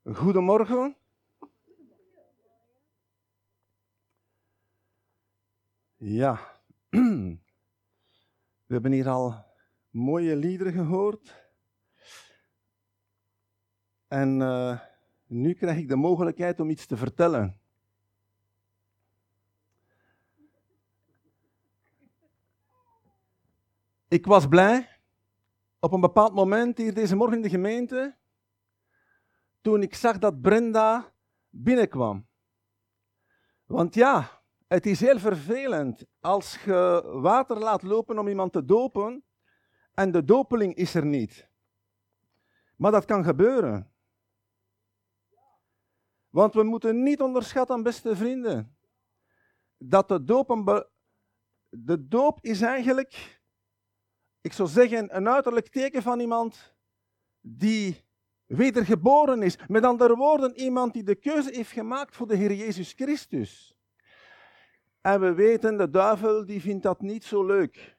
Goedemorgen. Ja, we hebben hier al mooie liederen gehoord. En nu krijg ik de mogelijkheid om iets te vertellen. Ik was blij op een bepaald moment hier deze morgen in de gemeente, toen ik zag dat Brenda binnenkwam. Want ja, het is heel vervelend als je water laat lopen om iemand te dopen en de dopeling is er niet. Maar dat kan gebeuren. Want we moeten niet onderschatten, beste vrienden, dat de doop is eigenlijk, ik zou zeggen, een uiterlijk teken van iemand die wedergeboren is. Met andere woorden, iemand die de keuze heeft gemaakt voor de Heer Jezus Christus. En we weten, de duivel die vindt dat niet zo leuk.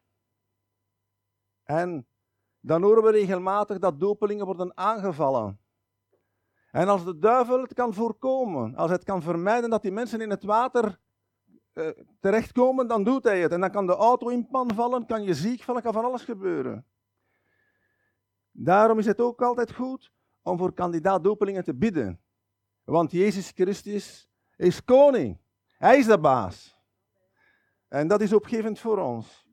En dan horen we regelmatig dat dopelingen worden aangevallen. En als de duivel het kan voorkomen, als het kan vermijden dat die mensen in het water terechtkomen, dan doet hij het. En dan kan de auto in pan vallen, kan je ziek vallen, kan van alles gebeuren. Daarom is het ook altijd goed om voor kandidaat dopelingen te bidden. Want Jezus Christus is koning. Hij is de baas. En dat is opgevend voor ons.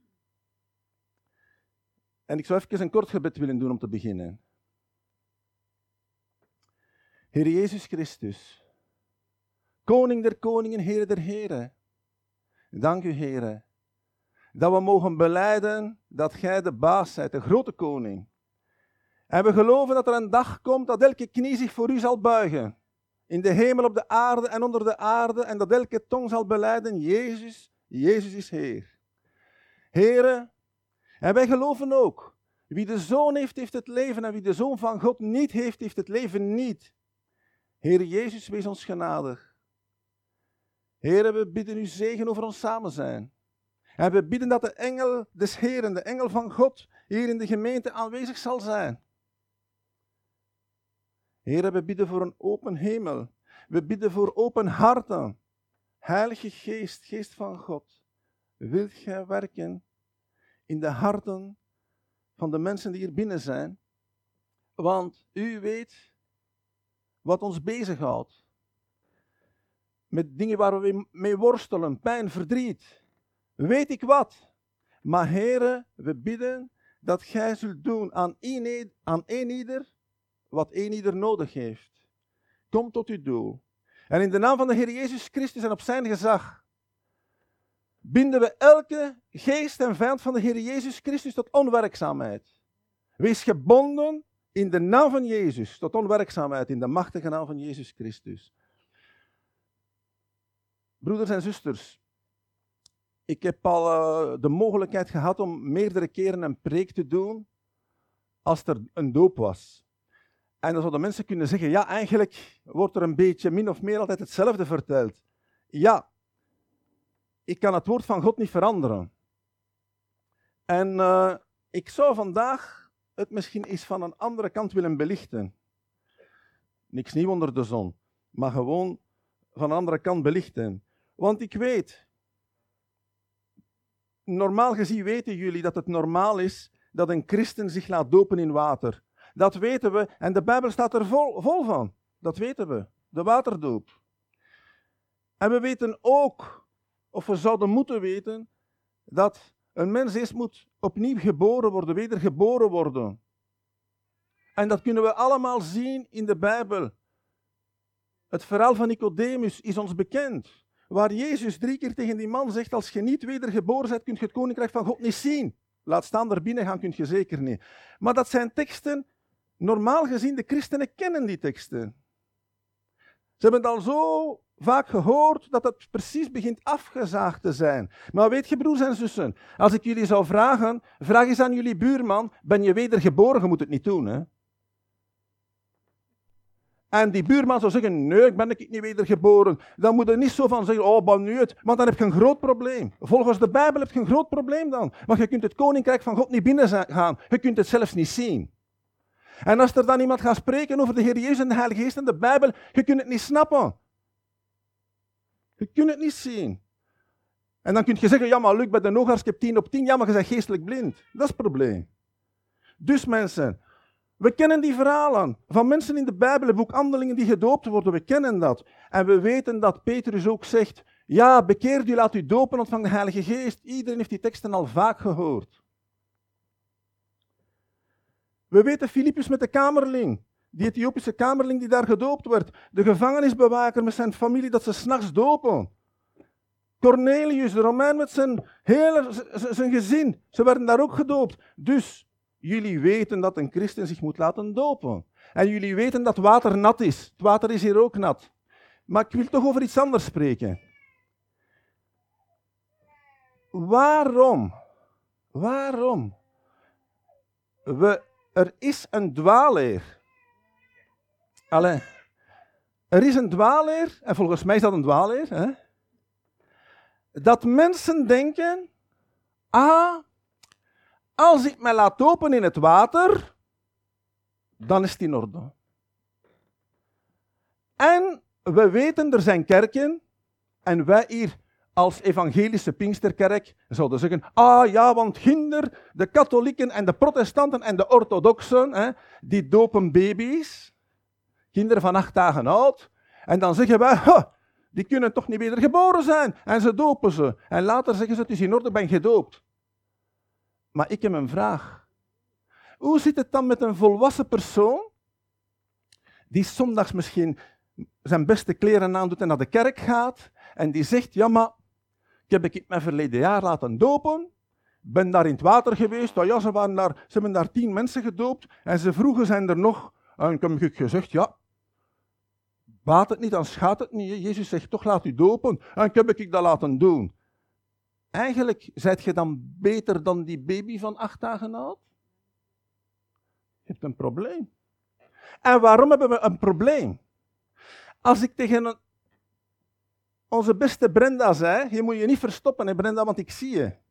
En ik zou even een kort gebed willen doen om te beginnen. Heer Jezus Christus, Koning der koningen, Heer der heren. Dank u, Heer, dat we mogen belijden dat Gij de baas zijt, de grote koning. En we geloven dat er een dag komt dat elke knie zich voor u zal buigen. In de hemel, op de aarde en onder de aarde. En dat elke tong zal belijden, Jezus is Heer. Heren, en wij geloven ook, wie de Zoon heeft, heeft het leven. En wie de Zoon van God niet heeft, heeft het leven niet. Heer Jezus, wees ons genadig. Heren, we bidden u zegen over ons samen zijn. En we bidden dat de engel des Heren, de engel van God, hier in de gemeente aanwezig zal zijn. Heren, we bidden voor een open hemel. We bidden voor open harten. Heilige Geest, Geest van God, wilt gij werken in de harten van de mensen die hier binnen zijn? Want u weet wat ons bezighoudt. Met dingen waar we mee worstelen, pijn, verdriet. Weet ik wat. Maar Heere, we bidden dat gij zult doen aan een ieder wat een ieder nodig heeft. Kom tot uw doel. En in de naam van de Heer Jezus Christus en op zijn gezag binden we elke geest en vijand van de Heer Jezus Christus tot onwerkzaamheid. Wees gebonden in de naam van Jezus tot onwerkzaamheid, in de machtige naam van Jezus Christus. Broeders en zusters, ik heb al de mogelijkheid gehad om meerdere keren een preek te doen als er een doop was. En dan zouden mensen kunnen zeggen, ja, eigenlijk wordt er een beetje min of meer altijd hetzelfde verteld. Ja, ik kan het woord van God niet veranderen. En ik zou vandaag het misschien eens van een andere kant willen belichten. Niks nieuw onder de zon, maar gewoon van een andere kant belichten. Want ik weet, normaal gezien weten jullie dat het normaal is dat een christen zich laat dopen in water. Dat weten we en de Bijbel staat er vol van. Dat weten we, de waterdoop. En we weten ook, of we zouden moeten weten, dat een mens eerst moet opnieuw geboren worden, wedergeboren worden. En dat kunnen we allemaal zien in de Bijbel. Het verhaal van Nicodemus is ons bekend. Waar Jezus 3 keer tegen die man zegt, als je niet wedergeboren bent, kun je het koninkrijk van God niet zien. Laat staan, er binnen gaan kun je zeker niet. Maar dat zijn teksten, normaal gezien, de christenen kennen die teksten. Ze hebben het al zo vaak gehoord dat het precies begint afgezaagd te zijn. Maar weet je, broers en zussen, als ik jullie zou vragen, vraag eens aan jullie buurman, ben je wedergeboren? Je moet het niet doen, hè? En die buurman zou zeggen, nee, ik ben niet wedergeboren. Dan moet je niet zo van zeggen, oh, ben nu het. Want dan heb je een groot probleem. Volgens de Bijbel heb je een groot probleem dan. Want je kunt het koninkrijk van God niet binnen gaan. Je kunt het zelfs niet zien. En als er dan iemand gaat spreken over de Heer Jezus en de Heilige Geest en de Bijbel, je kunt het niet snappen. Je kunt het niet zien. En dan kun je zeggen, ja maar Luc, bij de noogarts, ik heb 10 op 10. Ja, maar je bent geestelijk blind. Dat is het probleem. Dus mensen, we kennen die verhalen van mensen in de Bijbel, het boek Handelingen die gedoopt worden. We kennen dat. En we weten dat Petrus ook zegt, ja, bekeer u, laat u dopen, ontvang de Heilige Geest. Iedereen heeft die teksten al vaak gehoord. We weten Filippus met de kamerling, die Ethiopische kamerling die daar gedoopt werd. De gevangenisbewaker met zijn familie, dat ze 's nachts dopen. Cornelius, de Romein met zijn gezin, ze werden daar ook gedoopt. Dus, jullie weten dat een christen zich moet laten dopen. En jullie weten dat water nat is. Het water is hier ook nat. Maar ik wil toch over iets anders spreken. Waarom? Er is een dwaalleer. Allee, er is een dwaalleer, en volgens mij is dat een dwaalleer, hè? Dat mensen denken, als ik mij laat dopen in het water, dan is het in orde. En we weten, er zijn kerken, en wij hier als evangelische Pinksterkerk zouden zeggen, ja, want ginder, de katholieken en de protestanten en de orthodoxen, die dopen baby's, kinderen van 8 dagen oud, en dan zeggen wij, die kunnen toch niet wedergeboren zijn, en ze dopen ze. En later zeggen ze, het is in orde, ik ben gedoopt. Maar ik heb een vraag. Hoe zit het dan met een volwassen persoon, die zondags misschien zijn beste kleren aandoet en naar de kerk gaat, en die zegt, ja maar, ik heb mijn verleden jaar laten dopen, ben daar in het water geweest, ze hebben daar 10 mensen gedoopt, en ze vroegen, zijn er nog, en ik heb gezegd, ja, baat het niet, dan schaadt het niet, Jezus zegt toch, laat u dopen, en ik heb dat laten doen. Eigenlijk, zijt je dan beter dan die baby van 8 dagen oud? Je hebt een probleem. En waarom hebben we een probleem? Als ik tegen onze beste Brenda zei, je moet je niet verstoppen, hè Brenda, want ik zie je.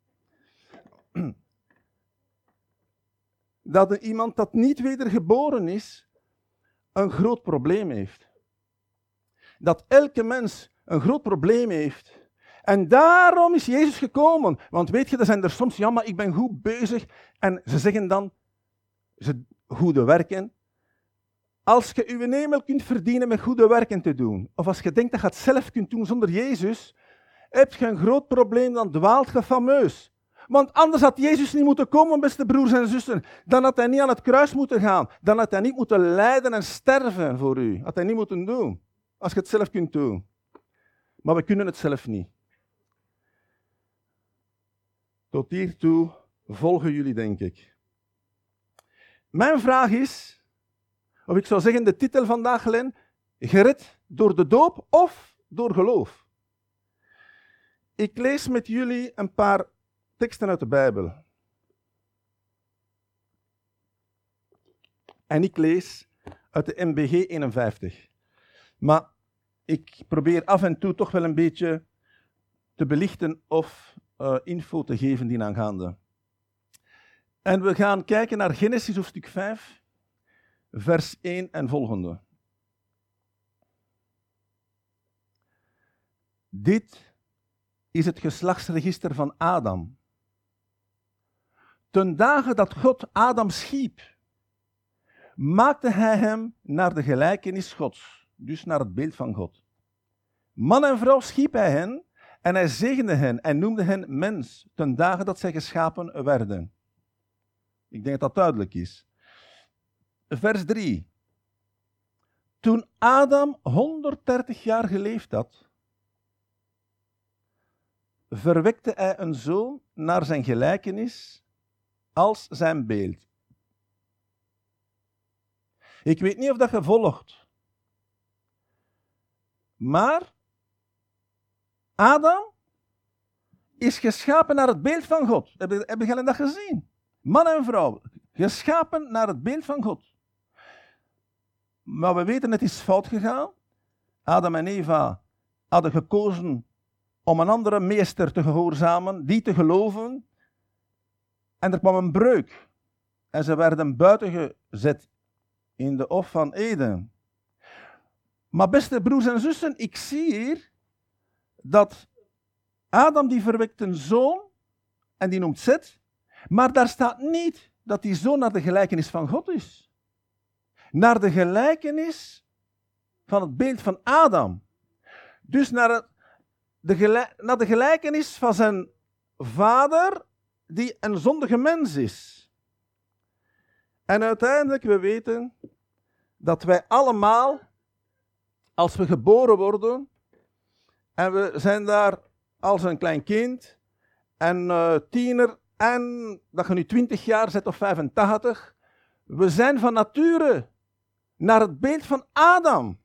Dat iemand dat niet wedergeboren is, een groot probleem heeft. Dat elke mens een groot probleem heeft. En daarom is Jezus gekomen. Want weet je, er zijn er soms, ja, maar ik ben goed bezig. En ze zeggen dan, goede werken. Als je uw hemel kunt verdienen met goede werken te doen, of als je denkt dat je het zelf kunt doen zonder Jezus, heb je een groot probleem, dan dwaalt je fameus. Want anders had Jezus niet moeten komen, beste broers en zussen. Dan had hij niet aan het kruis moeten gaan. Dan had hij niet moeten lijden en sterven voor u. Had hij niet moeten doen. Als je het zelf kunt doen. Maar we kunnen het zelf niet. Tot hiertoe volgen jullie, denk ik. Mijn vraag is, of ik zou zeggen de titel vandaag, Glenn, gered door de doop of door geloof? Ik lees met jullie een paar teksten uit de Bijbel. En ik lees uit de MBG 51. Maar ik probeer af en toe toch wel een beetje te belichten of info te geven die aangaande. En we gaan kijken naar Genesis hoofdstuk 5, vers 1 en volgende. Dit is het geslachtsregister van Adam. Ten dagen dat God Adam schiep, maakte hij hem naar de gelijkenis Gods, dus naar het beeld van God. Man en vrouw schiep hij hen en hij zegende hen en noemde hen mens, ten dagen dat zij geschapen werden. Ik denk dat dat duidelijk is. Vers 3. Toen Adam 130 jaar geleefd had, verwekte hij een zoon naar zijn gelijkenis als zijn beeld. Ik weet niet of dat je volgt. Maar Adam is geschapen naar het beeld van God. Hebben jullie dat gezien? Man en vrouw, geschapen naar het beeld van God. Maar we weten, het is fout gegaan. Adam en Eva hadden gekozen om een andere meester te gehoorzamen, die te geloven. En er kwam een breuk. En ze werden buiten gezet in de Hof van Eden. Maar beste broers en zussen, ik zie hier dat Adam die verwekt een zoon en die noemt Zet, maar daar staat niet dat die zoon naar de gelijkenis van God is. Naar de gelijkenis van het beeld van Adam. Dus naar de gelijkenis van zijn vader die een zondige mens is. En uiteindelijk, we weten dat wij allemaal, als we geboren worden, en we zijn daar als een klein kind, en tiener, en dat je nu 20 jaar zet of 85, we zijn van nature naar het beeld van Adam.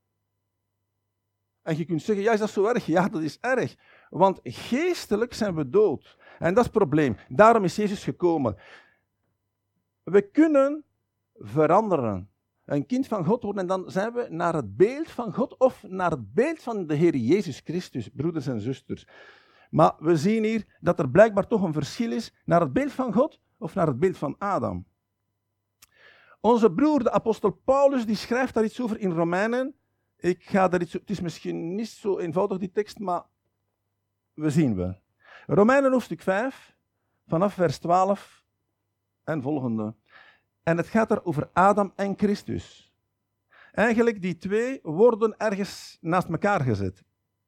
En je kunt zeggen, ja, is dat zo erg? Ja, dat is erg. Want geestelijk zijn we dood. En dat is het probleem. Daarom is Jezus gekomen. We kunnen veranderen. Een kind van God worden en dan zijn we naar het beeld van God of naar het beeld van de Heer Jezus Christus, broeders en zusters. Maar we zien hier dat er blijkbaar toch een verschil is naar het beeld van God of naar het beeld van Adam. Onze broer, de apostel Paulus, die schrijft daar iets over in Romeinen. Het is misschien niet zo eenvoudig die tekst, maar we zien wel. Romeinen hoofdstuk 5, vanaf vers 12 en volgende. En het gaat er over Adam en Christus. Eigenlijk, die twee worden ergens naast elkaar gezet.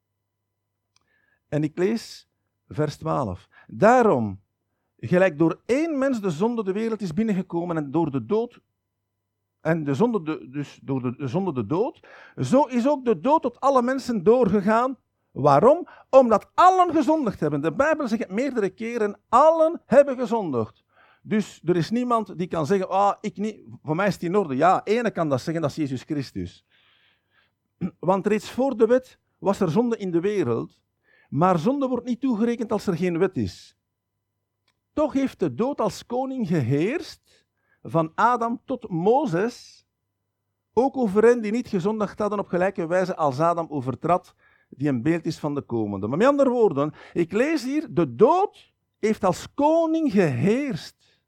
En ik lees vers 12. Daarom, gelijk door één mens de zonde de wereld is binnengekomen en door de dood, en de zonde dus door de zonde de dood, zo is ook de dood tot alle mensen doorgegaan. Waarom? Omdat allen gezondigd hebben. De Bijbel zegt het meerdere keren, allen hebben gezondigd. Dus er is niemand die kan zeggen, ik niet, voor mij is het in orde. Ja, ene kan dat zeggen, dat is Jezus Christus. Want reeds voor de wet was er zonde in de wereld, maar zonde wordt niet toegerekend als er geen wet is. Toch heeft de dood als koning geheerst, van Adam tot Mozes, ook over hen die niet gezondigd hadden op gelijke wijze als Adam overtrad, die een beeld is van de komende. Maar met andere woorden, ik lees hier, de dood heeft als koning geheerst.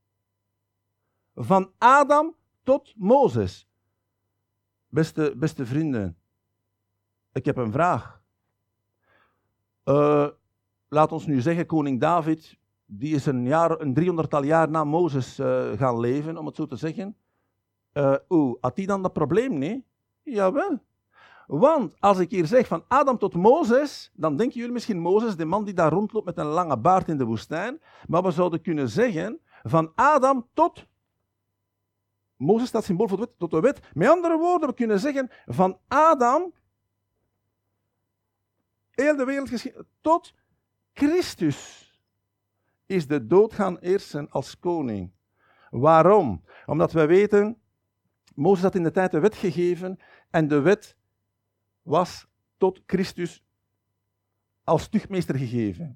Van Adam tot Mozes. Beste vrienden, ik heb een vraag. Laat ons nu zeggen, koning David, die is een 300-tal jaar na Mozes gaan leven, om het zo te zeggen. Had die dan dat probleem? Nee? Jawel. Want als ik hier zeg van Adam tot Mozes, dan denken jullie misschien Mozes, de man die daar rondloopt met een lange baard in de woestijn. Maar we zouden kunnen zeggen van Adam tot Mozes staat symbool voor de wet, tot de wet. Met andere woorden, we kunnen zeggen van Adam, heel de wereld tot Christus is de dood gaan heersen als koning. Waarom? Omdat wij weten, Mozes had in de tijd de wet gegeven en de wet was tot Christus als tuchtmeester gegeven.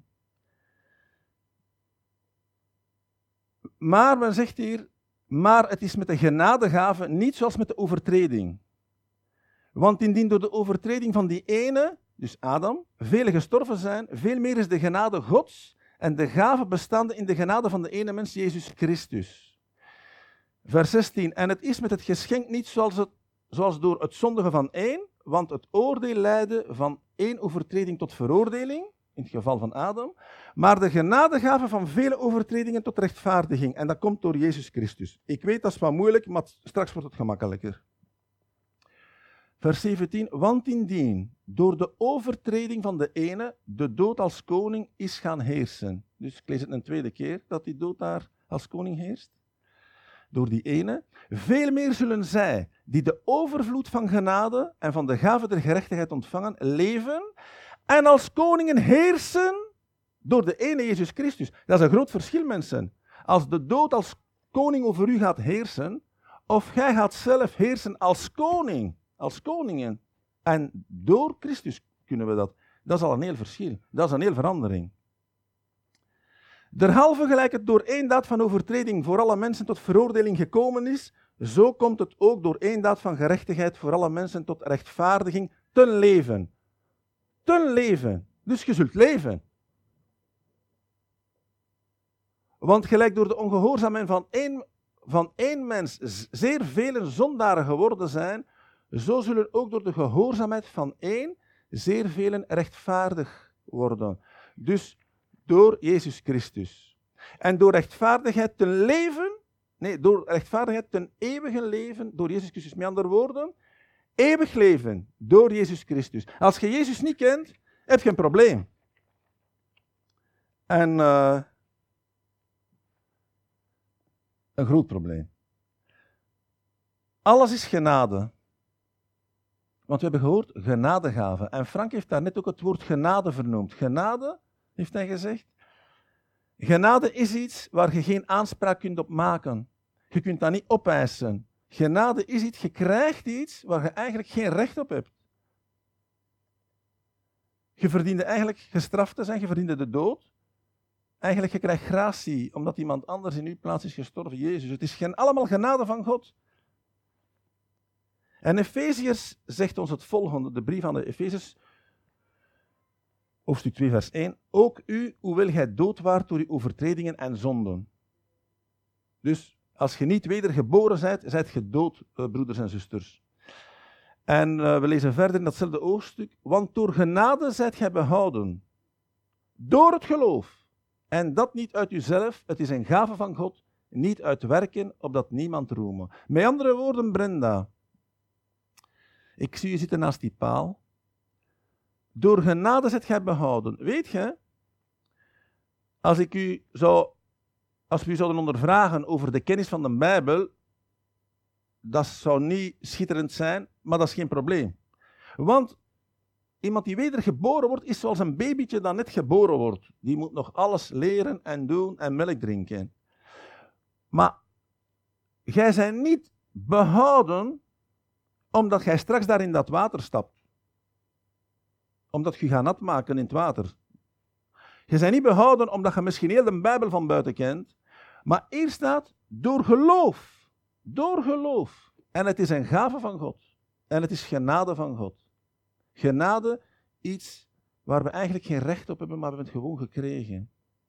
Maar men zegt hier, maar het is met de genadegave niet zoals met de overtreding. Want indien door de overtreding van die ene, dus Adam, velen gestorven zijn, veel meer is de genade Gods en de gave bestaande in de genade van de ene mens, Jezus Christus. Vers 16. En het is met het geschenk niet zoals door het zondigen van één, want het oordeel leidde van één overtreding tot veroordeling, in het geval van Adam, maar de genadegave van vele overtredingen tot rechtvaardiging. En dat komt door Jezus Christus. Ik weet, dat is wat moeilijk, maar straks wordt het gemakkelijker. Vers 17. Want indien door de overtreding van de ene de dood als koning is gaan heersen. Dus ik lees het een tweede keer, dat die dood daar als koning heerst. Door die ene. Veel meer zullen zij, die de overvloed van genade en van de gave der gerechtigheid ontvangen, leven en als koningen heersen door de ene Jezus Christus. Dat is een groot verschil, mensen. Als de dood als koning over u gaat heersen, of jij gaat zelf heersen als koning, als koningen. En door Christus kunnen we dat. Dat is al een heel verschil. Dat is een heel verandering. Derhalve gelijk het door één daad van overtreding voor alle mensen tot veroordeling gekomen is, zo komt het ook door één daad van gerechtigheid voor alle mensen tot rechtvaardiging ten leven. Ten leven. Dus je zult leven. Want gelijk door de ongehoorzaamheid van één van één mens zeer velen zondaren geworden zijn, zo zullen ook door de gehoorzaamheid van één zeer velen rechtvaardig worden. Dus door Jezus Christus. En door rechtvaardigheid ten leven, door rechtvaardigheid ten eeuwige leven, door Jezus Christus. Met andere woorden, eeuwig leven door Jezus Christus. Als je Jezus niet kent, heb je een probleem. En een groot probleem. Alles is genade. Want we hebben gehoord, genadegave. En Frank heeft daar net ook het woord genade vernoemd. Genade, heeft hij gezegd. Genade is iets waar je geen aanspraak kunt op maken. Je kunt dat niet opeisen. Genade is iets, je krijgt iets waar je eigenlijk geen recht op hebt. Je verdiende eigenlijk gestraft te zijn, je verdiende de dood. Eigenlijk, je krijgt gratie, omdat iemand anders in uw plaats is gestorven, Jezus. Het is allemaal genade van God. En Efeziërs zegt ons het volgende, de brief aan de Efeziërs, hoofdstuk 2, vers 1. Ook u, hoewel gij dood waart door uw overtredingen en zonden. Dus als je niet wedergeboren bent, zijt je dood, broeders en zusters. En we lezen verder in datzelfde hoofdstuk. Want door genade zijt gij behouden. Door het geloof. En dat niet uit uzelf, het is een gave van God, niet uit werken, opdat niemand roemen. Met andere woorden, Brenda, ik zie je zitten naast die paal. Door genade zijt gij behouden. Weet je, als we u zouden ondervragen over de kennis van de Bijbel, dat zou niet schitterend zijn, maar dat is geen probleem. Want iemand die wedergeboren wordt, is zoals een babytje dat net geboren wordt. Die moet nog alles leren en doen en melk drinken. Maar jij bent niet behouden omdat jij straks daar in dat water stapt. Omdat je gaat nat maken in het water. Je bent niet behouden omdat je misschien heel de Bijbel van buiten kent. Maar hier staat door geloof. Door geloof. En het is een gave van God. En het is genade van God. Genade, iets waar we eigenlijk geen recht op hebben, maar we hebben het gewoon gekregen.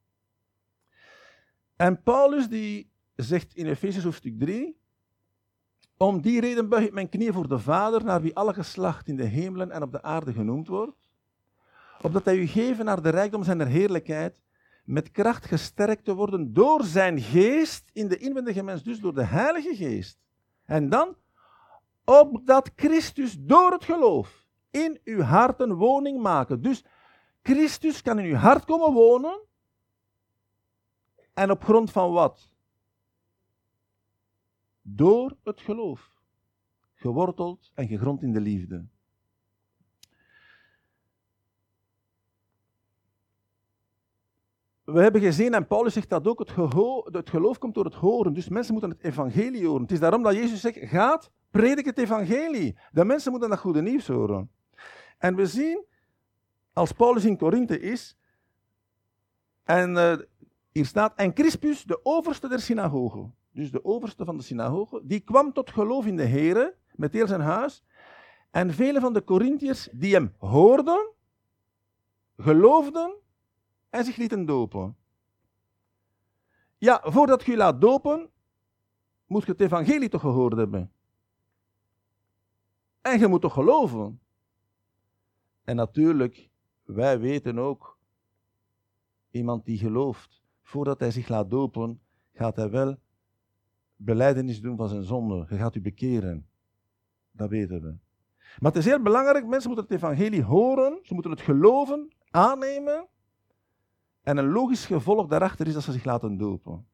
En Paulus die zegt in Efeziërs hoofdstuk 3, om die reden buig ik mijn knieën voor de Vader, naar wie alle geslacht in de hemelen en op de aarde genoemd wordt, opdat hij u geven naar de rijkdom zijner heerlijkheid, met kracht gesterkt te worden door zijn geest in de inwendige mens, dus door de Heilige Geest. En dan, opdat Christus door het geloof in uw harten woning maken. Dus Christus kan in uw hart komen wonen. En op grond van wat? Door het geloof. Geworteld en gegrond in de liefde. We hebben gezien, en Paulus zegt dat ook, het geloof komt door het horen. Dus mensen moeten het evangelie horen. Het is daarom dat Jezus zegt, gaat, predik het evangelie. De mensen moeten dat goede nieuws horen. En we zien, als Paulus in Korinthe is, en hier staat, en Crispus, de overste der synagoge, dus de overste van de synagoge, die kwam tot geloof in de Here, met heel zijn huis, en vele van de Korinthiërs die hem hoorden, geloofden en zich lieten dopen. Ja, voordat je je laat dopen, moet je het evangelie toch gehoord hebben. En je moet toch geloven. En natuurlijk, wij weten ook, iemand die gelooft, voordat hij zich laat dopen, gaat hij wel belijdenis doen van zijn zonde. Je gaat u bekeren. Dat weten we. Maar het is heel belangrijk, mensen moeten het evangelie horen, ze moeten het geloven, aannemen. En een logisch gevolg daarachter is dat ze zich laten dopen.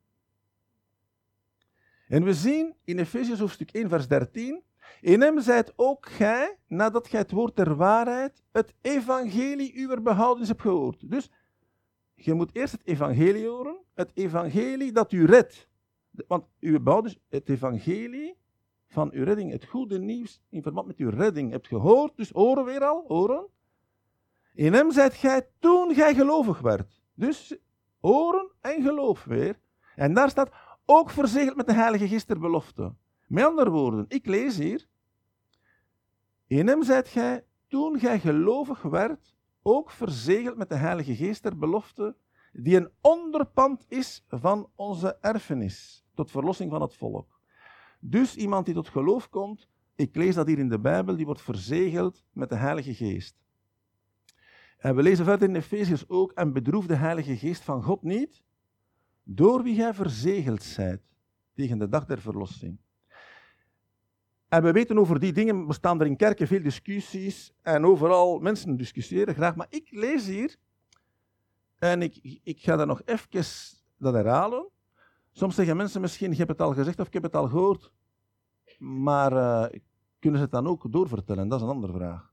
En we zien in Efeziërs hoofdstuk 1 vers 13, in hem zijt ook gij, nadat gij het woord der waarheid, het evangelie uwer behoudenis hebt gehoord. Dus je moet eerst het evangelie horen, het evangelie dat u redt. Want uw behoudenis, het evangelie van uw redding, het goede nieuws in verband met uw redding, hebt gehoord. Dus horen weer al, horen. In hem zijt gij toen gij gelovig werd. Dus horen en geloof weer. En daar staat ook verzegeld met de Heilige Geest der belofte. Met andere woorden, ik lees hier. In hem zijt gij, toen gij gelovig werd, ook verzegeld met de Heilige Geest der belofte, die een onderpand is van onze erfenis. tot verlossing van het volk. Dus iemand die tot geloof komt, ik lees dat hier in de Bijbel, die wordt verzegeld met de Heilige Geest. En we lezen verder in Efeziërs ook, en bedroef de Heilige Geest van God niet, door wie gij verzegeld zijt, tegen de dag der verlossing. En we weten over die dingen, bestaan er in kerken veel discussies, en overal mensen discussiëren graag, maar ik lees hier, en ik ga daar nog even dat herhalen. Soms zeggen mensen misschien, je hebt het al gezegd of ik heb het al gehoord, maar kunnen ze het dan ook doorvertellen? Dat is een andere vraag.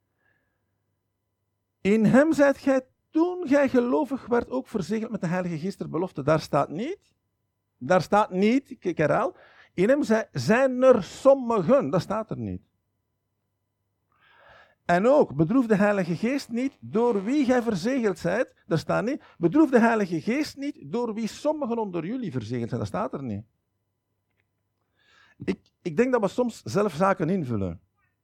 In hem zijt gij toen gij gelovig werd ook verzegeld met de Heilige Geest der belofte. Daar staat niet, ik herhaal, in hem zijn er sommigen, dat staat er niet. En ook, bedroef de Heilige Geest niet door wie gij verzegeld zijt, daar staat niet. Bedroef de Heilige Geest niet door wie sommigen onder jullie verzegeld zijn, dat staat er niet. Ik denk dat we soms zelf zaken invullen.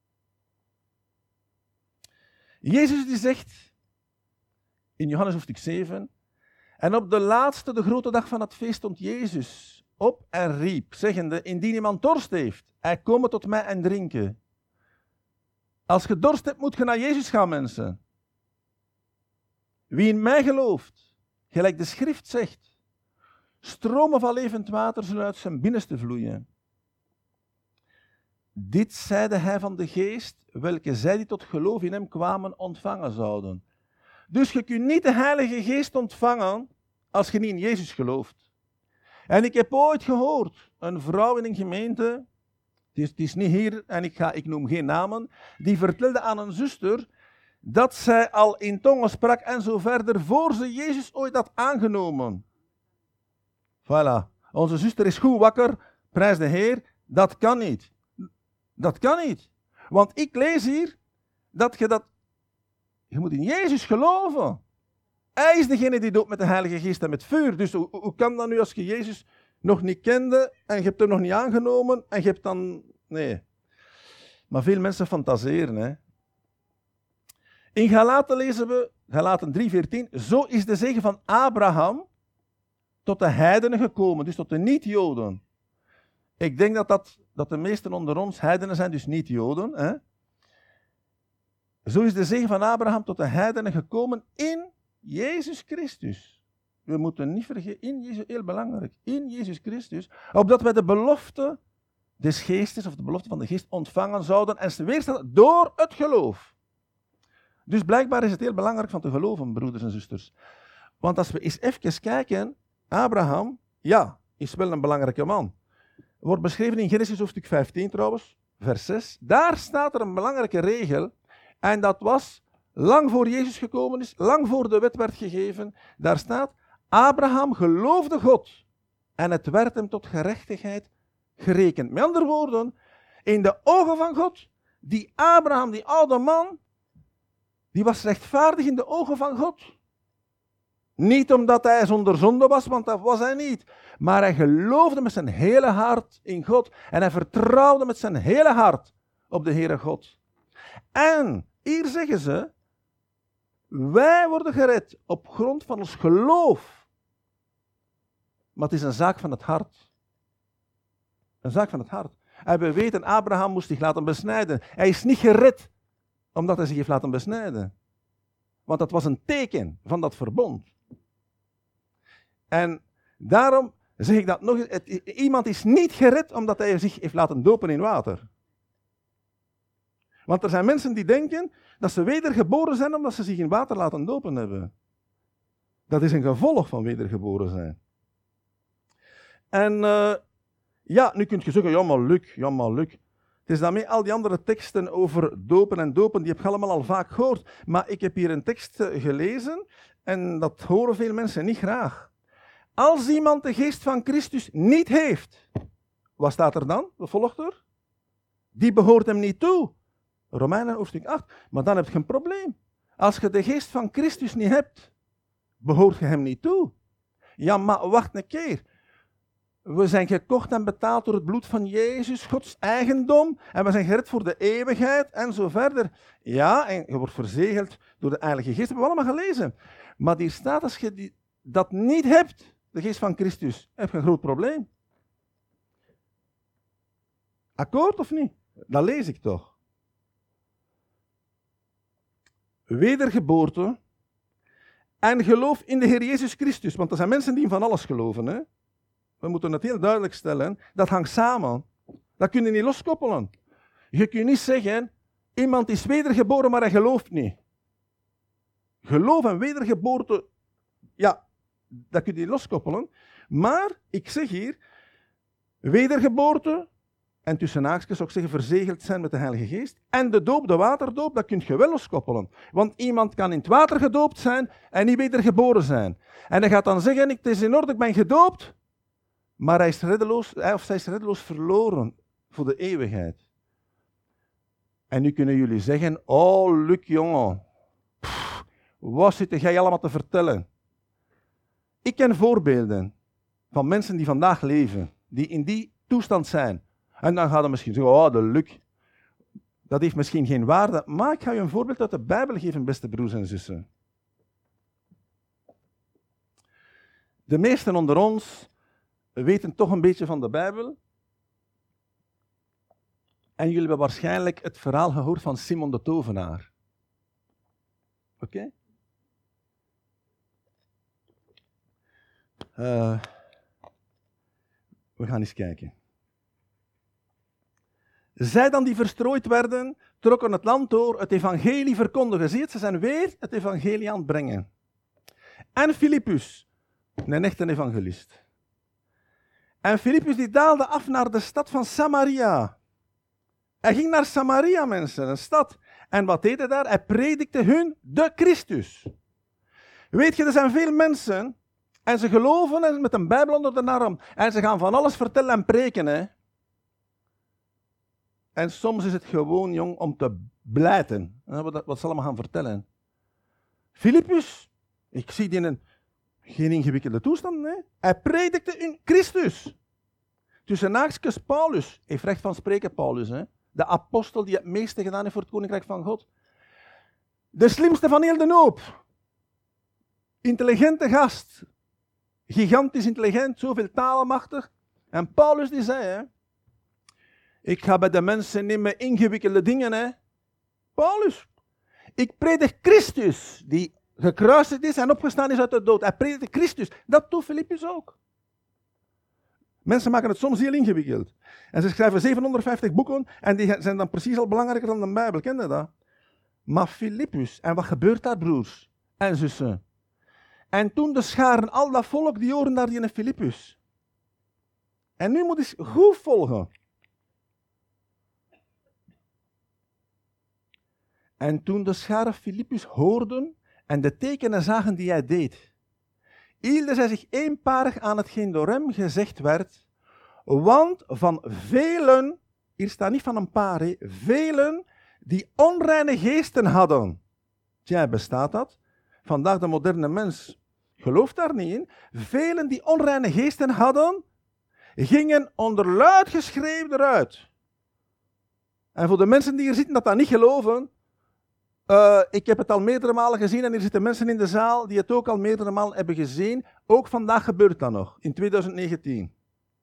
Jezus die zegt, in Johannes hoofdstuk 7, en op de laatste, de grote dag van het feest, stond Jezus op en riep, zeggende, indien iemand dorst heeft, hij komme tot mij en drinken. Als je dorst hebt, moet je naar Jezus gaan, mensen. Wie in mij gelooft, gelijk de schrift zegt, stromen van levend water zullen uit zijn binnenste vloeien. Dit zeide hij van de geest, welke zij die tot geloof in hem kwamen ontvangen zouden. Dus je kunt niet de Heilige Geest ontvangen als je niet in Jezus gelooft. En ik heb ooit gehoord, een vrouw in een gemeente, het is niet hier en ik noem geen namen, die vertelde aan een zuster dat zij al in tongen sprak en zo verder, voor ze Jezus ooit had aangenomen. Voilà, onze zuster is goed wakker, prijs de Heer, dat kan niet. Dat kan niet. Want ik lees hier je moet in Jezus geloven. Hij is degene die doopt met de Heilige Geest en met vuur. Dus hoe kan dat nu als je Jezus nog niet kende en je hebt hem nog niet aangenomen en je hebt dan... Nee. Maar veel mensen fantaseren. Hè. In Galaten lezen we, Galaten 3:14, zo is de zegen van Abraham tot de heidenen gekomen, dus tot de niet-Joden. Ik denk dat de meesten onder ons heidenen zijn, dus niet-Joden. Hè. Zo is de zegen van Abraham tot de heidenen gekomen in Jezus Christus. We moeten niet vergeten, in Jezus, heel belangrijk, in Jezus Christus, opdat wij de belofte des geestes, of de belofte van de geest, ontvangen zouden en weerstellen door het geloof. Dus blijkbaar is het heel belangrijk van te geloven, broeders en zusters. Want als we eens even kijken, Abraham, ja, is wel een belangrijke man. Wordt beschreven in Genesis hoofdstuk 15 trouwens, vers 6. Daar staat er een belangrijke regel, en dat was lang voor Jezus gekomen is, lang voor de wet werd gegeven. Daar staat, Abraham geloofde God en het werd hem tot gerechtigheid gerekend. Met andere woorden, in de ogen van God, die Abraham, die oude man, die was rechtvaardig in de ogen van God. Niet omdat hij zonder zonde was, want dat was hij niet. Maar hij geloofde met zijn hele hart in God en hij vertrouwde met zijn hele hart op de Heere God. En hier zeggen ze, wij worden gered op grond van ons geloof. Maar het is een zaak van het hart. Een zaak van het hart. En we weten, Abraham moest zich laten besnijden. Hij is niet gered omdat hij zich heeft laten besnijden. Want dat was een teken van dat verbond. En daarom zeg ik dat nog eens. Iemand is niet gered omdat hij zich heeft laten dopen in water. Want er zijn mensen die denken dat ze wedergeboren zijn omdat ze zich in water laten dopen hebben. Dat is een gevolg van wedergeboren zijn. En nu kun je zeggen, ja maar Luc. Het is daarmee al die andere teksten over dopen, die heb je allemaal al vaak gehoord. Maar ik heb hier een tekst gelezen en dat horen veel mensen niet graag. Als iemand de geest van Christus niet heeft, wat staat er dan? Wat volgt er? Die behoort hem niet toe. Romeinen hoofdstuk 8. Maar dan heb je een probleem. Als je de geest van Christus niet hebt, behoort je hem niet toe. Ja, maar wacht een keer. We zijn gekocht en betaald door het bloed van Jezus, Gods eigendom. En we zijn gered voor de eeuwigheid en zo verder. Ja, en je wordt verzegeld door de Heilige Geest. Dat hebben we allemaal gelezen. Maar hier staat, als je dat niet hebt, de geest van Christus, heb je een groot probleem. Akkoord of niet? Dat lees ik toch. Wedergeboorte en geloof in de Heer Jezus Christus. Want er zijn mensen die in van alles geloven. Hè? We moeten het heel duidelijk stellen. Dat hangt samen. Dat kun je niet loskoppelen. Je kunt niet zeggen, iemand is wedergeboren, maar hij gelooft niet. Geloof en wedergeboorte, ja, dat kun je niet loskoppelen. Maar, ik zeg hier, wedergeboorte, en tussen haakjes zou ik zeggen verzegeld zijn met de Heilige Geest, en de doop, de waterdoop, dat kun je wel loskoppelen. Want iemand kan in het water gedoopt zijn en niet wedergeboren zijn. En hij gaat dan zeggen, het is in orde, ik ben gedoopt, maar hij is reddeloos, hij of zij is reddeloos verloren voor de eeuwigheid. En nu kunnen jullie zeggen, oh Luc jongen, wat zit jij allemaal te vertellen? Ik ken voorbeelden van mensen die vandaag leven, die in die toestand zijn. En dan gaat het misschien zeggen, oh de Luc, dat heeft misschien geen waarde. Maar ik ga je een voorbeeld uit de Bijbel geven, beste broers en zussen. De meesten onder ons weten toch een beetje van de Bijbel. En jullie hebben waarschijnlijk het verhaal gehoord van Simon de Tovenaar. Oké? We gaan eens kijken. Zij dan die verstrooid werden, trokken het land door, het evangelie verkondigen. Zie je, ze zijn weer het evangelie aan het brengen. En Filippus, een echte evangelist. En Filippus die daalde af naar de stad van Samaria. Hij ging naar Samaria, mensen, een stad. En wat deed hij daar? Hij predikte hun de Christus. Weet je, er zijn veel mensen en ze geloven met een Bijbel onder de arm. En ze gaan van alles vertellen en preken. Hè? En soms is het gewoon, jong, om te blijten. Wat ze allemaal gaan vertellen. Filippus, ik zie die in geen ingewikkelde toestand. Hè? Hij predikte in Christus. Tussen haakjes Paulus, heeft recht van spreken Paulus. Hè? De apostel die het meeste gedaan heeft voor het koninkrijk van God. De slimste van heel de hoop. Intelligente gast. Gigantisch intelligent, zoveel talenmachtig. En Paulus die zei, hè, ik ga bij de mensen niet met ingewikkelde dingen. Hè. Paulus, ik predik Christus, die gekruisigd is en opgestaan is uit de dood. Hij predikte Christus. Dat doet Filippus ook. Mensen maken het soms heel ingewikkeld. En ze schrijven 750 boeken en die zijn dan precies al belangrijker dan de Bijbel. Ken je dat? Maar Filippus, en wat gebeurt daar, broers en zussen? En toen de scharen, al dat volk, die horen daar die in Filippus. En nu moet je eens goed volgen. En toen de scharen Filippus hoorden en de tekenen zagen die hij deed, hielden zij zich eenparig aan hetgeen door hem gezegd werd, want van velen, hier staat niet van een paar, velen die onreine geesten hadden. Tja, bestaat dat? Vandaag de moderne mens gelooft daar niet in. Velen die onreine geesten hadden, gingen onder luid geschreeuw eruit. En voor de mensen die hier zitten dat niet geloven, ik heb het al meerdere malen gezien en hier zitten mensen in de zaal die het ook al meerdere malen hebben gezien. Ook vandaag gebeurt dat nog, in 2019.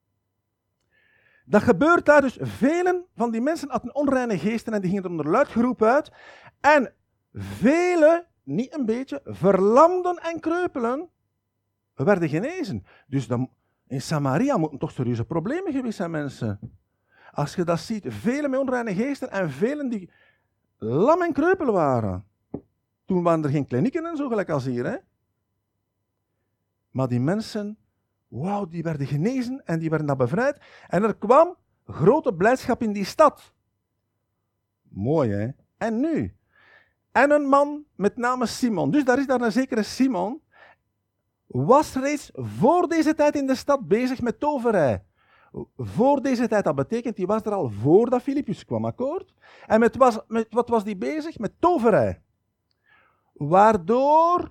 Dat gebeurt daar dus. Velen van die mensen hadden onreine geesten en die gingen er onder luid geroep uit. En velen, niet een beetje, verlamden en kreupelen werden genezen. Dus in Samaria moeten toch serieuze problemen geweest zijn, mensen. Als je dat ziet, velen met onreine geesten en velen die lam en kreupel waren. Toen waren er geen klinieken en zo, gelijk als hier. Hè? Maar die mensen, wauw, die werden genezen en die werden dan bevrijd. En er kwam grote blijdschap in die stad. Mooi, hè? En nu? En een man met name Simon. Dus daar is daar een zekere Simon. Was reeds voor deze tijd in de stad bezig met toverij. Voor deze tijd, dat betekent, die was er al voordat Filippus kwam, akkoord? En met wat was die bezig? Met toverij. Waardoor...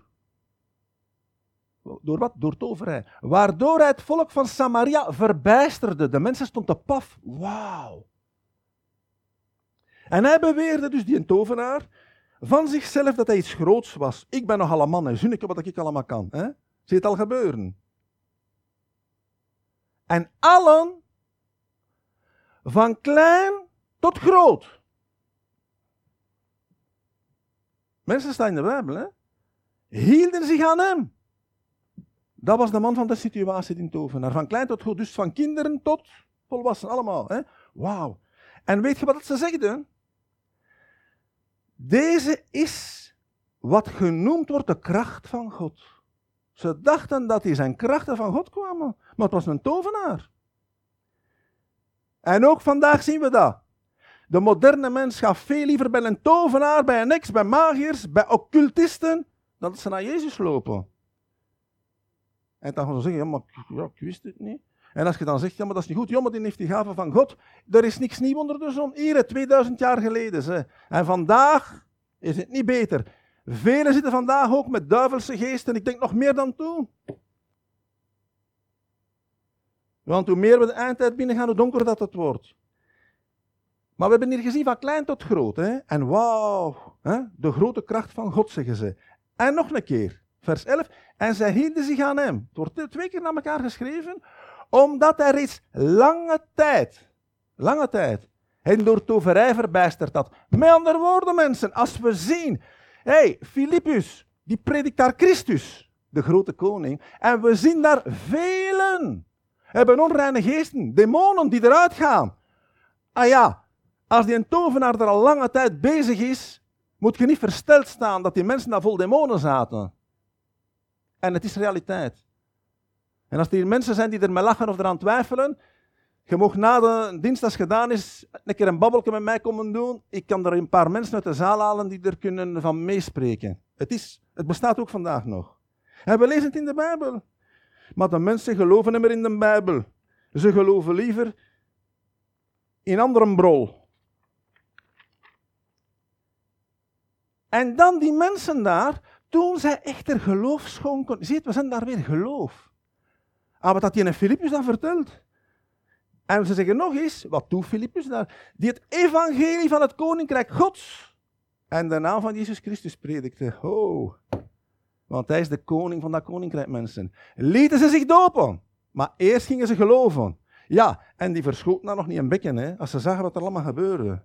Door wat? Door toverij. Waardoor hij het volk van Samaria verbijsterde. De mensen stonden paf. Wauw. En hij beweerde dus, die een tovenaar, van zichzelf dat hij iets groots was. Ik ben nogal een man, en zie ik wat ik allemaal kan. Hè? Zie het al gebeuren. En allen van klein tot groot. Mensen staan in de Bijbel, hè? Hielden zich aan hem. Dat was de man van de situatie in Tovenaar. Van klein tot groot, dus van kinderen tot volwassenen, allemaal. Hè? Wauw. En weet je wat ze zegden? Deze is wat genoemd wordt de kracht van God. Ze dachten dat die zijn krachten van God kwamen, maar het was een tovenaar. En ook vandaag zien we dat. De moderne mens gaat veel liever bij een tovenaar, bij een heks, bij magiërs, bij occultisten, dan dat ze naar Jezus lopen. En dan gaan ze zeggen, ja, maar ik wist het niet. En als je dan zegt, ja, maar dat is niet goed, ja, maar die heeft die gave van God. Er is niks nieuw onder de zon. Hier, 2000 jaar geleden. Ze. En vandaag is het niet beter. Velen zitten vandaag ook met duivelse geesten, ik denk nog meer dan toen. Want hoe meer we de eindtijd binnengaan, hoe donkerder dat het wordt. Maar we hebben hier gezien van klein tot groot. Hè? En wauw, hè? De grote kracht van God, zeggen ze. En nog een keer, vers 11. En zij hielden zich aan hem. Het wordt 2 keer naar elkaar geschreven. Omdat hij reeds lange tijd, hen door toverij verbijsterd had. Met andere woorden, mensen, als we zien, Filippus, die predikt daar Christus, de grote koning. En we zien daar velen hebben onreine geesten, demonen die eruit gaan. Ah ja, als die een tovenaar er al lange tijd bezig is, moet je niet versteld staan dat die mensen daar vol demonen zaten. En het is realiteit. En als er mensen zijn die er mee lachen of eraan twijfelen, je mag na de dienst als gedaan is, een keer een babbelje met mij komen doen. Ik kan er een paar mensen uit de zaal halen die er kunnen van meespreken. Het bestaat ook vandaag nog. En we lezen het in de Bijbel. Maar de mensen geloven niet meer in de Bijbel. Ze geloven liever in andere brol. En dan die mensen daar, toen zij echter geloof schonken. Ziet, we zijn daar weer geloof. Ah, wat had die Filippus dan verteld? En ze zeggen nog eens, wat doet Filippus daar? Die het evangelie van het koninkrijk Gods en de naam van Jezus Christus predikte. Oh, want hij is de koning van dat koninkrijk, mensen. Lieten ze zich dopen, maar eerst gingen ze geloven. Ja, en die verschoten daar nog niet een bekken, hè, als ze zagen wat er allemaal gebeurde.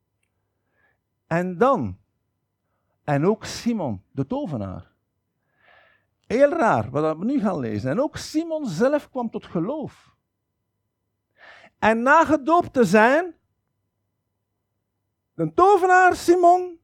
En dan, en ook Simon, de tovenaar. Heel raar, wat we nu gaan lezen. En ook Simon zelf kwam tot geloof. En na gedoopt te zijn, de tovenaar Simon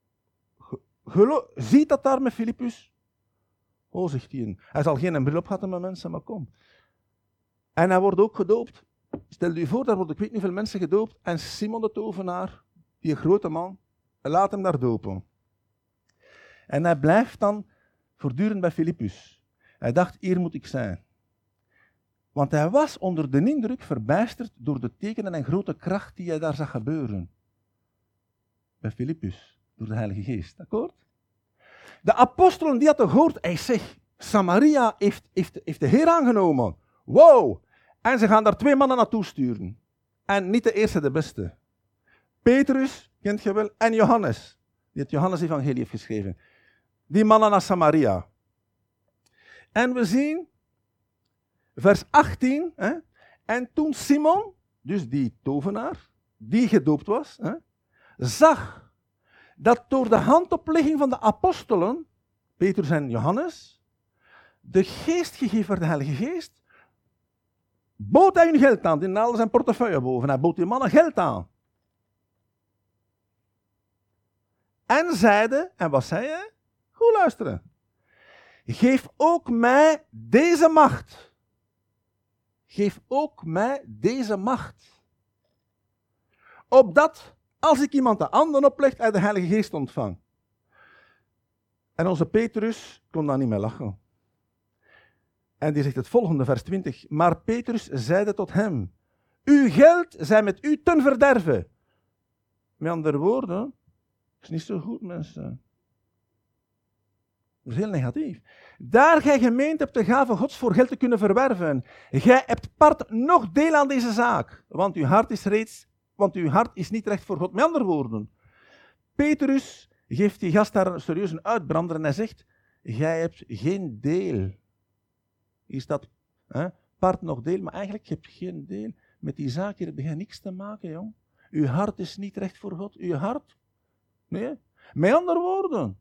ziet dat daar met Filippus. Oh, zegt hij. Hij zal geen bril op gehad met mensen, maar kom. En hij wordt ook gedoopt. Stel je voor, daar worden ik weet niet hoeveel mensen gedoopt. En Simon de tovenaar, die grote man, laat hem daar dopen. En hij blijft dan voortdurend bij Filippus. Hij dacht, hier moet ik zijn. Want hij was onder de indruk verbijsterd door de tekenen en grote kracht die hij daar zag gebeuren. Bij Filippus, door de Heilige Geest. Akkoord? De apostelen die hadden gehoord, hij zegt, Samaria heeft de Heer aangenomen. Wow! En ze gaan daar 2 mannen naartoe sturen. En niet de eerste, de beste. Petrus, kent je wel, en Johannes, die het Johannes-evangelie heeft geschreven. Die mannen naar Samaria. En we zien, vers 18, en toen Simon, dus die tovenaar, die gedoopt was, zag dat door de handoplegging van de apostelen, Petrus en Johannes, de geestgegeven, de Heilige Geest, bood hij hun geld aan. Die haalde zijn portefeuille boven. Hij bood die mannen geld aan. En zeide, en wat zei hij? Goed luisteren. Geef ook mij deze macht. Geef ook mij deze macht. Opdat, als ik iemand de handen opleg, hij de Heilige Geest ontvangt. En onze Petrus kon daar niet meer lachen. En die zegt het volgende, vers 20. Maar Petrus zeide tot hem, uw geld zij met u ten verderve. Met andere woorden, dat is niet zo goed, mensen. Dat is heel negatief. Daar gij gemeend hebt de gave Gods voor geld te kunnen verwerven. Gij hebt part nog deel aan deze zaak. Want uw hart is niet recht voor God. Met andere woorden, Petrus geeft die gast daar een serieuze uitbrander en hij zegt, gij hebt geen deel. Hier staat part nog deel, maar eigenlijk heb je geen deel Met die zaak hier heb je niks te maken, jong. Uw hart is niet recht voor God. Uw hart? Nee. Met andere woorden.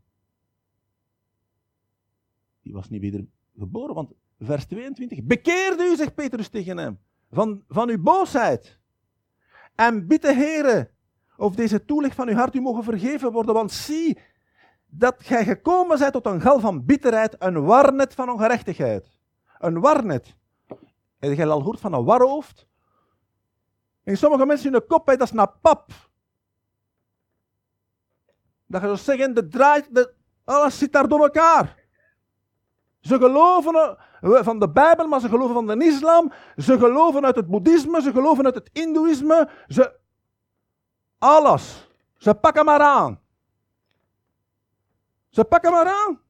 Die was niet wedergeboren, want vers 22. Bekeerde u, zegt Petrus tegen hem, van uw boosheid. En bid de Heere of deze toeleg van uw hart u mogen vergeven worden, want zie dat gij gekomen zijt tot een gal van bitterheid, een warnet van ongerechtigheid. Een warnet. Heb je al gehoord van een warhoofd? En sommige mensen in de kop, dat is naar pap. Dat je zou zeggen, alles zit daar door elkaar. Ze geloven van de Bijbel, maar ze geloven van de islam. Ze geloven uit het boeddhisme, ze geloven uit het hindoeïsme. Alles. Ze pakken maar aan. Ze pakken maar aan.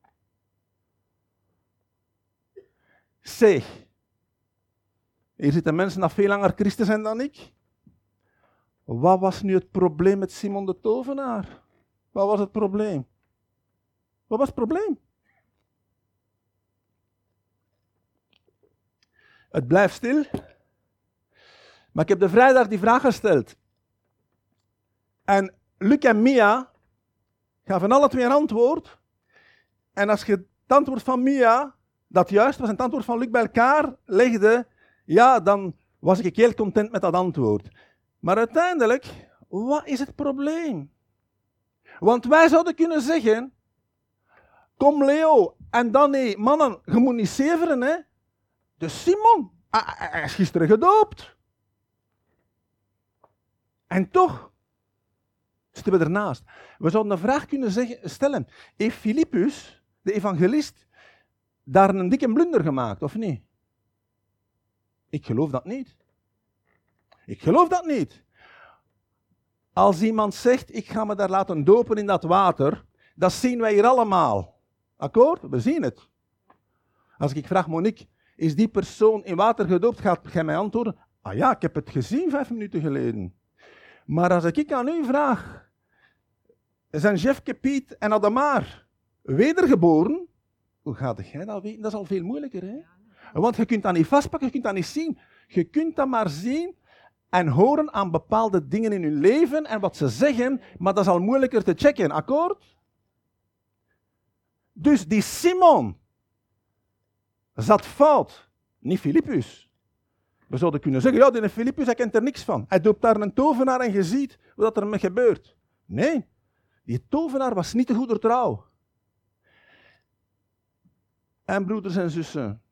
Zeg, hier zitten mensen die veel langer christen zijn dan ik. Wat was nu het probleem met Simon de tovenaar? Wat was het probleem? Wat was het probleem? Het blijft stil. Maar ik heb de vrijdag die vraag gesteld. En Luc en Mia gaven alle twee een antwoord. En als je het antwoord van Mia, dat juist was, en het antwoord van Luc bij elkaar legde, ja, dan was ik heel content met dat antwoord. Maar uiteindelijk, wat is het probleem? Want wij zouden kunnen zeggen, kom Leo en dan nee, mannen, je moet niet zeveren, hè. Dus Simon, hij is gisteren gedoopt. En toch zitten we ernaast. We zouden een vraag kunnen stellen. Heeft Filippus, de evangelist, daar een dikke blunder gemaakt, of niet? Ik geloof dat niet. Ik geloof dat niet. Als iemand zegt, ik ga me daar laten dopen in dat water, dat zien wij hier allemaal. Akkoord? We zien het. Als ik vraag, Monique, is die persoon in water gedoopt, gaat jij mij antwoorden, ah ja, ik heb het gezien 5 minuten geleden. Maar als ik aan u vraag, zijn Jefke, Piet en Ademar wedergeboren, hoe gaat jij dat weten? Dat is al veel moeilijker, hè? Want je kunt dat niet vastpakken, je kunt dat niet zien. Je kunt dat maar zien en horen aan bepaalde dingen in hun leven en wat ze zeggen, maar dat is al moeilijker te checken, akkoord? Dus die Simon zat fout, niet Filippus. We zouden kunnen zeggen, ja, die Filippus, hij kent er niks van. Hij doopt daar een tovenaar en je ziet wat er met gebeurt. Nee, die tovenaar was niet de goede trouw. En broeders en zussen,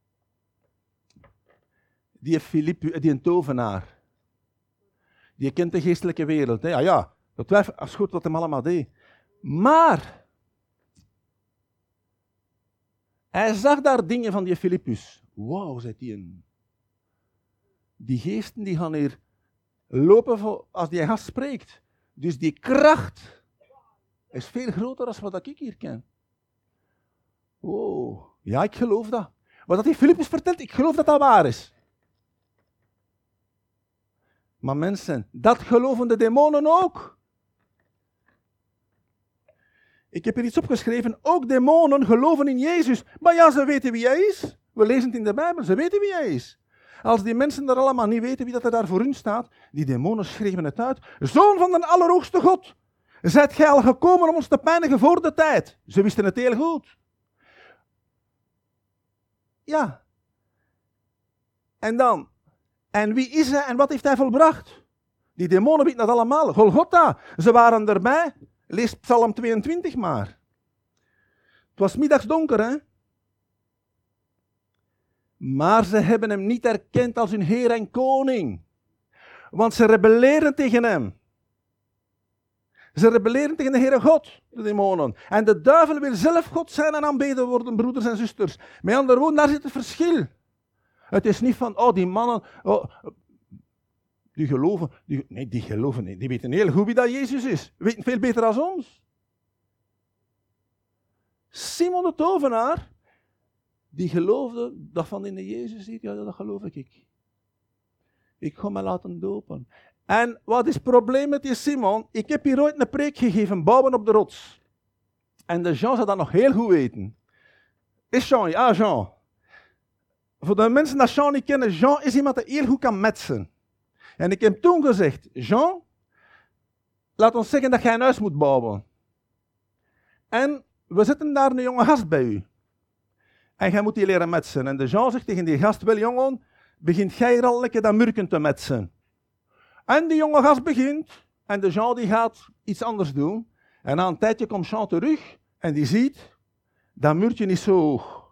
die tovenaar, die kent de geestelijke wereld. Hè? Ja, dat twijfel, als goed wat hem allemaal deed. Maar hij zag daar dingen van die Filippus. Wauw, zei hij. Die geesten die gaan hier lopen als die gast spreekt. Dus die kracht is veel groter dan wat ik hier ken. Oh, ja, ik geloof dat. Wat die Filippus vertelt, ik geloof dat dat waar is. Maar mensen, dat geloven de demonen ook. Ik heb hier iets opgeschreven. Ook demonen geloven in Jezus. Maar ja, ze weten wie hij is. We lezen het in de Bijbel, ze weten wie hij is. Als die mensen daar allemaal niet weten wie dat er daar voor hun staat, die demonen schreven het uit. Zoon van de Allerhoogste God, zijt gij al gekomen om ons te pijnigen voor de tijd? Ze wisten het heel goed. Ja. En dan? En wie is hij en wat heeft hij volbracht? Die demonen weten dat allemaal. Golgotha, ze waren erbij. Lees Psalm 22 maar. Het was middags donker, hè? Maar ze hebben hem niet erkend als hun Heer en Koning. Want ze rebelleren tegen hem. Ze rebelleren tegen de Heere God, de demonen. En de duivel wil zelf God zijn en aanbeden worden, broeders en zusters. Met andere woorden, daar zit het verschil. Het is niet van, die mannen, die geloven. Die geloven niet. Die weten heel goed wie dat Jezus is. Weten veel beter dan ons. Simon de tovenaar, die geloofde dat van in de Jezus ziet, ja, dat geloof ik. Ik ga me laten dopen. En wat is het probleem met die Simon? Ik heb hier ooit een preek gegeven, bouwen op de rots. En de Jean zou dat nog heel goed weten. Is Jean? Ja, Jean. voor de mensen die Jean niet kennen, Jean is iemand die heel goed kan metsen. En ik heb toen gezegd, Jean, laat ons zeggen dat jij een huis moet bouwen. En we zetten daar een jonge gast bij u. En jij moet die leren metsen. En de Jean zegt tegen die gast, wel jongen, begint jij hier al lekker dat murken te metsen. En die jonge gast begint, en de Jean die gaat iets anders doen. En na een tijdje komt Jean terug, en die ziet, dat muurtje is zo hoog.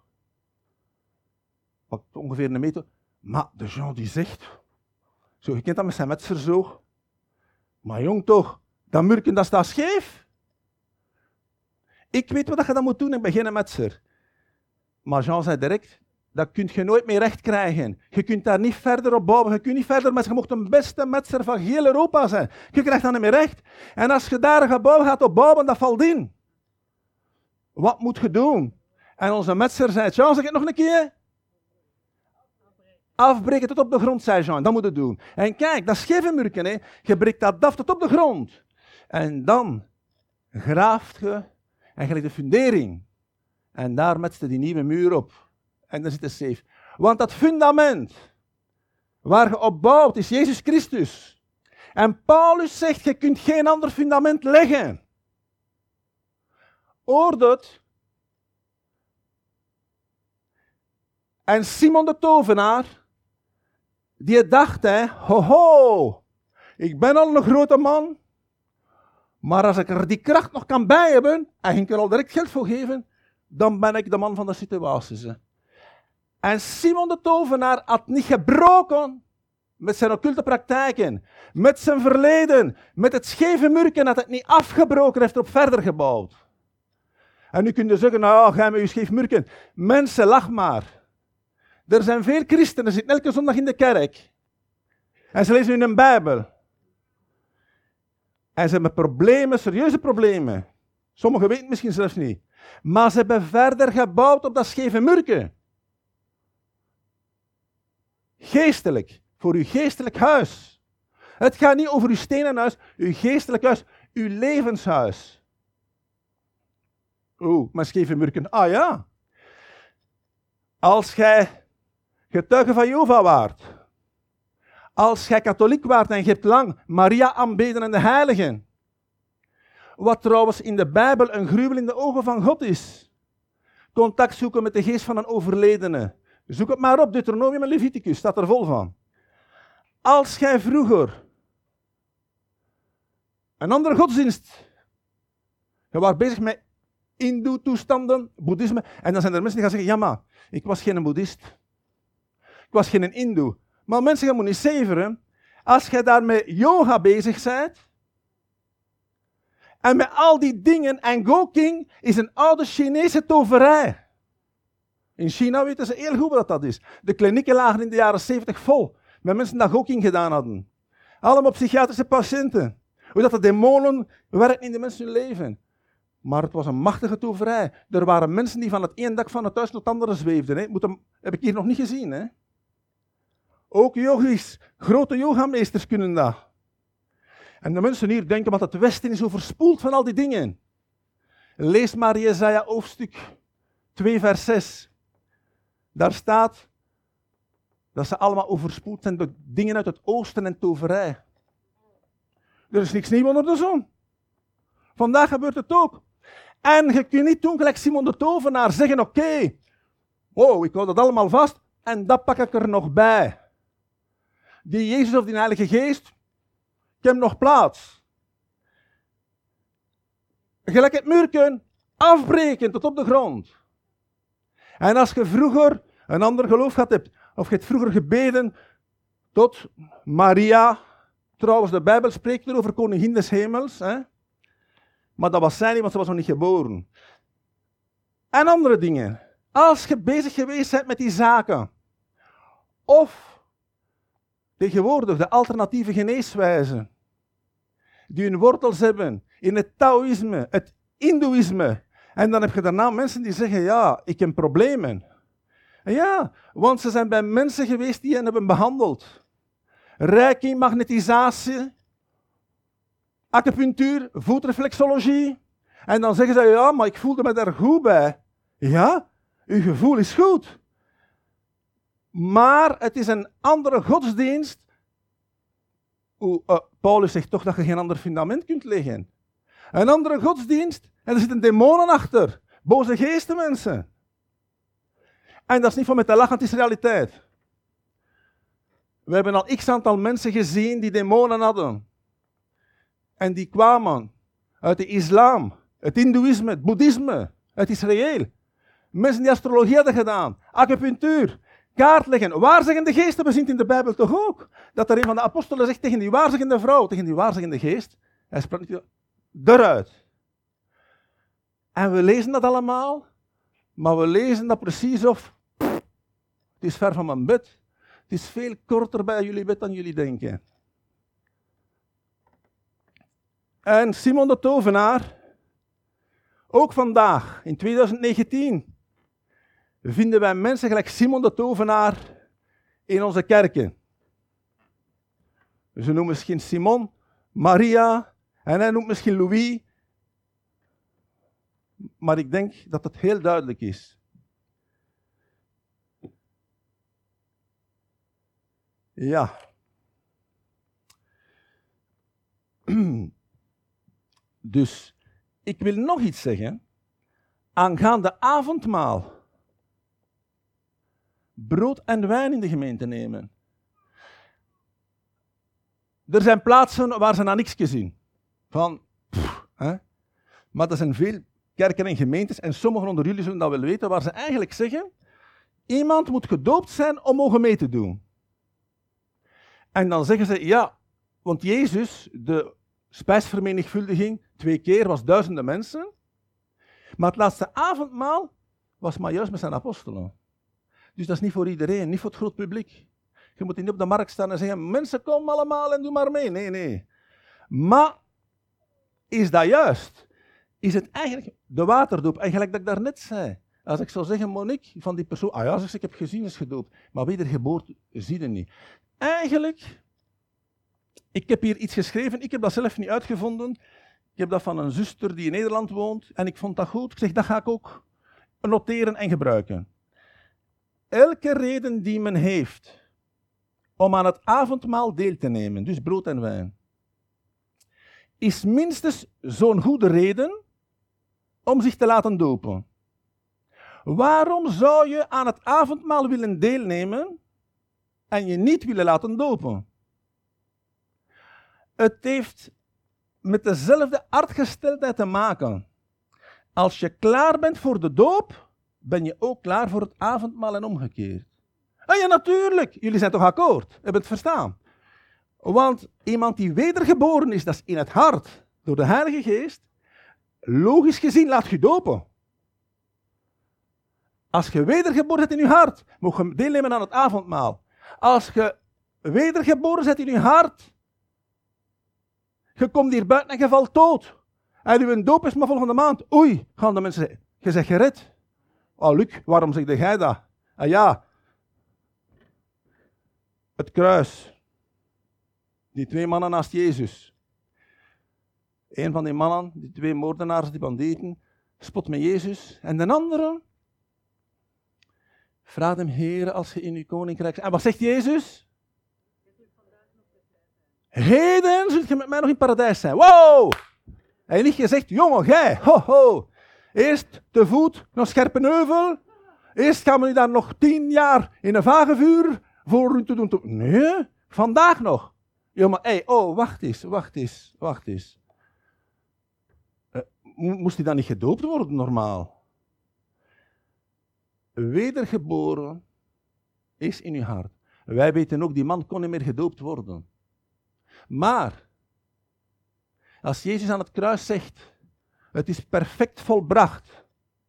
Ongeveer een meter. Maar de Jean die zegt, zo, je kent dat met zijn metser zo. Maar jong toch, dat muurtje dat staat scheef. Ik weet wat je dan moet doen, ik ben geen metser. Maar Jean zei direct, dat kun je nooit meer recht krijgen. Je kunt daar niet verder op bouwen, je kunt niet verder metsen. Je mocht de beste metser van heel Europa zijn. Je krijgt dat niet meer recht. En als je daar een gebouw gaat op bouwen, dat valt in. Wat moet je doen? En onze metser zei, Jean, zeg het nog een keer? Afbreken tot op de grond, zei Jean. Dat moet je doen. En kijk, dat scheve murken, hè. Je breekt dat af tot op de grond. En dan graaft je en je legt de fundering. En daar metste die nieuwe muur op. En dan zit het safe. Want dat fundament waar je op bouwt is Jezus Christus. En Paulus zegt, je kunt geen ander fundament leggen. Hoor dat? En Simon de tovenaar, die dacht, ho, ik ben al een grote man, maar als ik er die kracht nog kan bij hebben, en ik er al direct geld voor geven, dan ben ik de man van de situatie. En Simon de tovenaar had niet gebroken met zijn occulte praktijken, met zijn verleden, met het scheve murken, had het niet afgebroken, heeft erop verder gebouwd. En nu kun je zeggen, nou, ga met je scheef murken. Mensen, lach maar. Er zijn veel christenen, zitten elke zondag in de kerk. En ze lezen hun Bijbel. En ze hebben problemen, serieuze problemen. Sommigen weten het misschien zelfs niet. Maar ze hebben verder gebouwd op dat scheve murken. Geestelijk. Voor uw geestelijk huis. Het gaat niet over uw stenen huis, uw geestelijk huis, uw levenshuis. Maar scheve murken. Ah ja. Als jij getuige van Jehovah waart. Als jij katholiek waart en je hebt lang Maria aanbeden en de heiligen. Wat trouwens in de Bijbel een gruwel in de ogen van God is. Contact zoeken met de geest van een overledene. Zoek het maar op, Deuteronomium en Leviticus, staat er vol van. Als jij vroeger een andere godsdienst, je was bezig met Hindoe-toestanden, boeddhisme, en dan zijn er mensen die gaan zeggen, ja maar, ik was geen boeddhist. Ik was geen Hindoe. Maar mensen, je moet niet zeveren. Als jij daar met yoga bezig bent, en met al die dingen, en Goking is een oude Chinese toverij. In China weten ze heel goed wat dat is. De klinieken lagen in de jaren 70 vol, met mensen die Goking gedaan hadden. Allemaal psychiatrische patiënten. Hoe dat de demonen werken in de mensen hun leven. Maar het was een machtige toverij. Er waren mensen die van het ene dak van het huis tot het andere zweefden. Hè. Heb ik hier nog niet gezien. Hè. Ook yogis, grote yogameesters kunnen dat. En de mensen hier denken dat het Westen is overspoeld van al die dingen. Lees maar Jesaja hoofdstuk 2 vers 6. Daar staat dat ze allemaal overspoeld zijn door dingen uit het oosten en toverij. Er is niks nieuws onder de zon. Vandaag gebeurt het ook. En je kunt niet doen gelijk Simon de tovenaar zeggen, oké, wow, ik hou dat allemaal vast en dat pak ik er nog bij. Die Jezus of die Heilige Geest, ik heb nog plaats. Gelijk het muurken, afbreken tot op de grond. En als je vroeger een ander geloof gehad hebt, of je hebt vroeger gebeden tot Maria, trouwens de Bijbel spreekt er over koningin des hemels, hè? Maar dat was zij niet, want ze was nog niet geboren. En andere dingen. Als je bezig geweest bent met die zaken, of tegenwoordig de alternatieve geneeswijzen, die hun wortels hebben in het Taoïsme, het Hindoeïsme, en dan heb je daarna mensen die zeggen, ja, ik heb problemen. En ja, want ze zijn bij mensen geweest die hen hebben behandeld. Reiki, magnetisatie, acupunctuur, voetreflexologie. En dan zeggen ze, ja, maar ik voelde me daar goed bij. Ja, uw gevoel is goed. Maar het is een andere godsdienst. Paulus zegt toch dat je geen ander fundament kunt leggen. Een andere godsdienst en er zitten demonen achter. Boze geesten, mensen. En dat is niet van met te lachen, het is realiteit. We hebben al x aantal mensen gezien die demonen hadden. En die kwamen uit de islam, het hindoeïsme, het boeddhisme, het Israël. Mensen die astrologie hadden gedaan, acupunctuur, kaartleggen. Waarzeggende geesten, we zien het in de Bijbel toch ook. Dat er een van de apostelen zegt tegen die waarzeggende vrouw, tegen die waarzeggende geest. Hij sprak niet eruit. En we lezen dat allemaal, maar we lezen dat precies of het is ver van mijn bed. Het is veel korter bij jullie bed dan jullie denken. En Simon de Tovenaar, ook vandaag, in 2019, vinden wij mensen gelijk Simon de Tovenaar in onze kerken. Ze noemen misschien Simon, Maria en hij noemt misschien Louis. Maar ik denk dat het heel duidelijk is. Ja. Dus, ik wil nog iets zeggen aangaande avondmaal. Brood en wijn in de gemeente nemen. Er zijn plaatsen waar ze naar niks zien. Maar er zijn veel kerken en gemeentes, en sommigen onder jullie zullen dat wel weten, waar ze eigenlijk zeggen, iemand moet gedoopt zijn om mogen mee te doen. En dan zeggen ze, ja, want Jezus, de spijsvermenigvuldiging, 2 keer was duizenden mensen, maar het laatste avondmaal was maar juist met zijn apostelen. Dus dat is niet voor iedereen, niet voor het groot publiek. Je moet niet op de markt staan en zeggen, mensen kom allemaal en doe maar mee. Nee. Maar is dat juist? Is het eigenlijk de waterdoop? En gelijk dat ik daarnet zei. Als ik zou zeggen, Monique, van die persoon, ah ja, zeg, ik heb gezien, is gedoopt. Maar wedergeboorte zie je niet. Eigenlijk, ik heb hier iets geschreven, ik heb dat zelf niet uitgevonden. Ik heb dat van een zuster die in Nederland woont en ik vond dat goed. Ik zeg, dat ga ik ook noteren en gebruiken. Elke reden die men heeft om aan het avondmaal deel te nemen, dus brood en wijn, is minstens zo'n goede reden om zich te laten dopen. Waarom zou je aan het avondmaal willen deelnemen en je niet willen laten dopen? Het heeft met dezelfde aardgesteldheid te maken. Als je klaar bent voor de doop, ben je ook klaar voor het avondmaal en omgekeerd. En ja, natuurlijk, jullie zijn toch akkoord, hebben het verstaan. Want iemand die wedergeboren is, dat is in het hart, door de Heilige Geest, logisch gezien laat je dopen. Als je wedergeboren bent in je hart, mag je deelnemen aan het avondmaal. Als je wedergeboren bent in je hart, je komt hier buiten en je valt dood. En je doop is maar volgende maand. Oei, gaan de mensen zeggen, je bent gered. Oh, Luc, waarom zeg jij dat? Ah ja, het kruis. Die 2 mannen naast Jezus. Een van die mannen, die 2 moordenaars, die bandieten, spot met Jezus. En de andere vraagt hem, Heer, als je in uw koninkrijk... En wat zegt Jezus? Heden zult je met mij nog in het paradijs zijn. Wow! En niet gezegd, jongen, jij, ho, ho. Eerst te voet naar Scherpenheuvel. Eerst gaan we nu daar nog 10 jaar in een vagevuur voor u te doen. Nee, vandaag nog. Ja, maar hey, oh, wacht eens. Moest hij dan niet gedoopt worden, normaal? Wedergeboren is in uw hart. Wij weten ook, die man kon niet meer gedoopt worden. Maar, als Jezus aan het kruis zegt, het is perfect volbracht.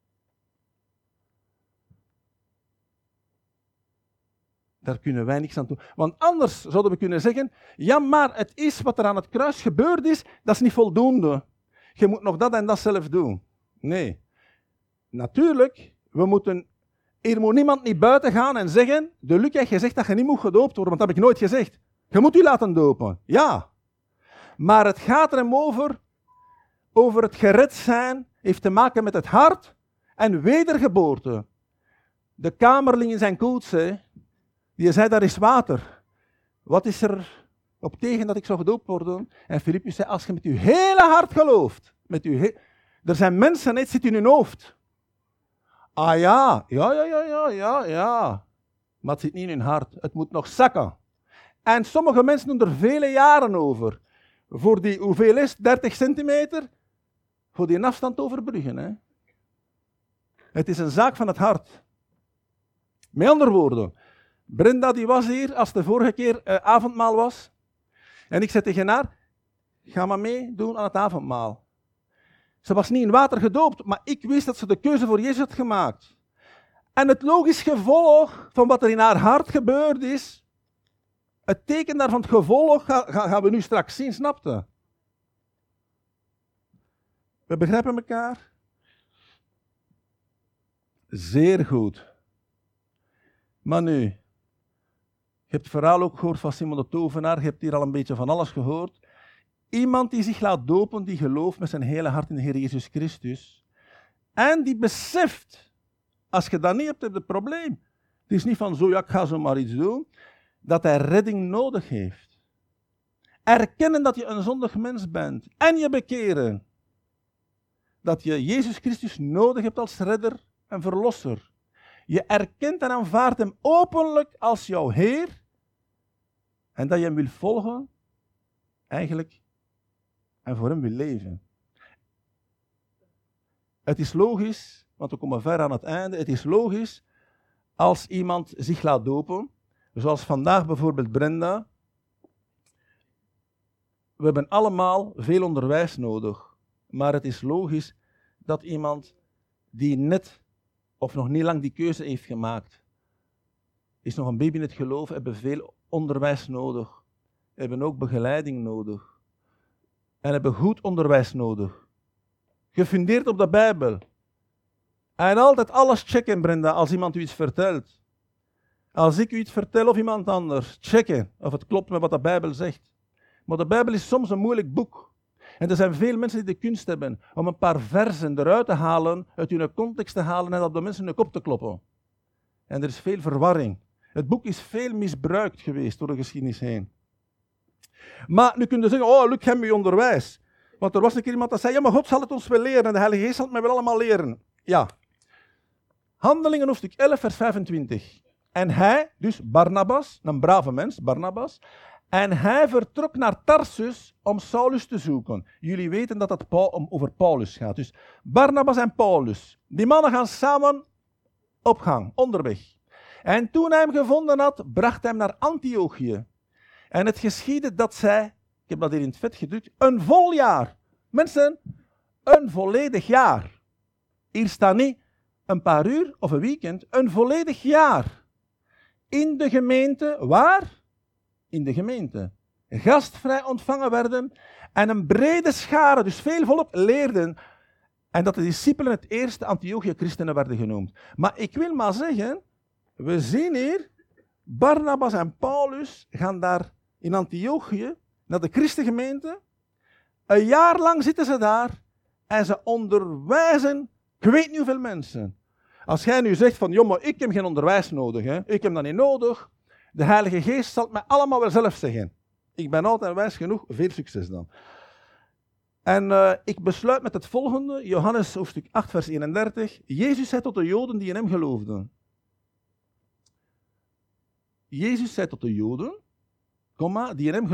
Daar kunnen wij niks aan doen. Want anders zouden we kunnen zeggen, ja, maar het is wat er aan het kruis gebeurd is, dat is niet voldoende. Je moet nog dat en dat zelf doen. Nee. Natuurlijk, er moet niemand niet buiten gaan en zeggen, de Luc heeft gezegd dat je niet moet gedoopt worden, want dat heb ik nooit gezegd. Je moet u laten dopen. Ja. Maar het gaat er hem over het gered zijn, heeft te maken met het hart en wedergeboorte. De Kamerling in zijn koets, Die zei, daar is water. Wat is er op tegen dat ik zou gedoopt worden? En Filippus zei, als je met je hele hart gelooft. Er zijn mensen, het zit in hun hoofd. Ah ja. Maar het zit niet in hun hart. Het moet nog zakken. En sommige mensen doen er vele jaren over. Voor die, hoeveel is 30 centimeter? Voor die afstand overbruggen. Hè? Het is een zaak van het hart. Met andere woorden, Brenda die was hier als de vorige keer avondmaal was. En ik zei tegen haar, ga maar meedoen aan het avondmaal. Ze was niet in water gedoopt, maar ik wist dat ze de keuze voor Jezus had gemaakt. En het logisch gevolg van wat er in haar hart gebeurd is, het teken daarvan, het gevolg, gaan we nu straks zien, snapte? We begrijpen elkaar? Zeer goed. Maar nu, je hebt het verhaal ook gehoord van Simon de Tovenaar, je hebt hier al een beetje van alles gehoord. Iemand die zich laat dopen, die gelooft met zijn hele hart in de Heer Jezus Christus. En die beseft, als je dat niet hebt, heb je het probleem. Het is niet van zo, ja, ik ga zo maar iets doen. Dat hij redding nodig heeft. Erkennen dat je een zondig mens bent. En je bekeren. Dat je Jezus Christus nodig hebt als redder en verlosser. Je erkent en aanvaardt hem openlijk als jouw Heer. En dat je hem wil volgen. Eigenlijk. En voor hem wil leven. Het is logisch, want we komen ver aan het einde. Het is logisch als iemand zich laat dopen. Zoals vandaag bijvoorbeeld Brenda. We hebben allemaal veel onderwijs nodig. Maar het is logisch dat iemand die net of nog niet lang die keuze heeft gemaakt, is nog een baby in het geloof, hebben veel onderwijs nodig. Hebben ook begeleiding nodig. En hebben goed onderwijs nodig. Gefundeerd op de Bijbel. En altijd alles checken, Brenda, als iemand u iets vertelt. Als ik u iets vertel of iemand anders, checken of het klopt met wat de Bijbel zegt. Maar de Bijbel is soms een moeilijk boek. En er zijn veel mensen die de kunst hebben om een paar versen eruit te halen, uit hun context te halen en op de mensen hun kop te kloppen. En er is veel verwarring. Het boek is veel misbruikt geweest door de geschiedenis heen. Maar nu kun je zeggen, oh, Luc, geef me je onderwijs. Want er was een keer iemand die zei, ja, maar God zal het ons wel leren en de Heilige Geest zal het mij wel allemaal leren. Ja. Handelingen hoofdstuk 11, vers 25. En hij, dus Barnabas, een brave mens, Barnabas, en hij vertrok naar Tarsus om Saulus te zoeken. Jullie weten dat het over Paulus gaat. Dus Barnabas en Paulus, die mannen gaan samen op gang, onderweg. En toen hij hem gevonden had, bracht hij hem naar Antiochië. En het geschiedde dat zij, ik heb dat hier in het vet gedrukt, een vol jaar. Mensen, een volledig jaar. Hier staat niet een paar uur of een weekend, een volledig jaar. In de gemeente, waar? In de gemeente. Gastvrij ontvangen werden en een brede schare, dus veel volk, leerden. En dat de discipelen het eerste Antiochië-christenen werden genoemd. Maar ik wil maar zeggen, we zien hier, Barnabas en Paulus gaan daar in Antiochië, naar de christengemeente. Een jaar lang zitten ze daar en ze onderwijzen, ik weet niet hoeveel mensen. Als jij nu zegt van, joh, maar ik heb geen onderwijs nodig, hè? Ik heb dat niet nodig. De Heilige Geest zal het mij allemaal wel zelf zeggen. Ik ben altijd wijs genoeg, veel succes dan. En ik besluit met het volgende, Johannes hoofdstuk 8, vers 31. Jezus zei tot de Joden die in hem geloofden. Jezus zei tot de Joden, die in hem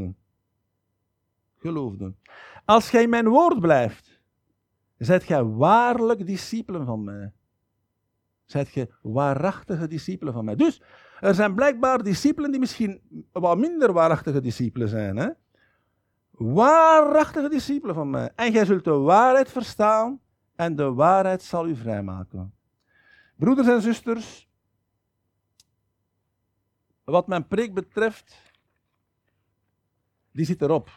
geloofden. Als gij mijn woord blijft, zijt gij waarlijk discipelen van mij. Zijt gij waarachtige discipelen van mij. Dus er zijn blijkbaar discipelen die misschien wat minder waarachtige discipelen zijn. Hè? Waarachtige discipelen van mij. En gij zult de waarheid verstaan en de waarheid zal u vrijmaken. Broeders en zusters, wat mijn preek betreft, die zit erop.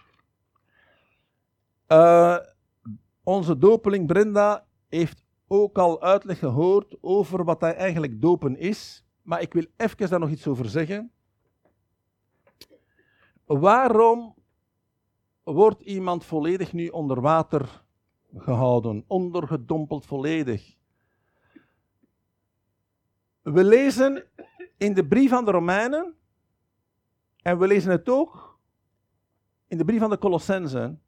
Onze dopeling Brenda heeft ook al uitleg gehoord over wat hij eigenlijk dopen is. Maar ik wil even daar nog iets over zeggen. Waarom wordt iemand volledig nu onder water gehouden, ondergedompeld volledig? We lezen in de brief aan de Romeinen, en we lezen het ook in de brief aan de Colossenzen,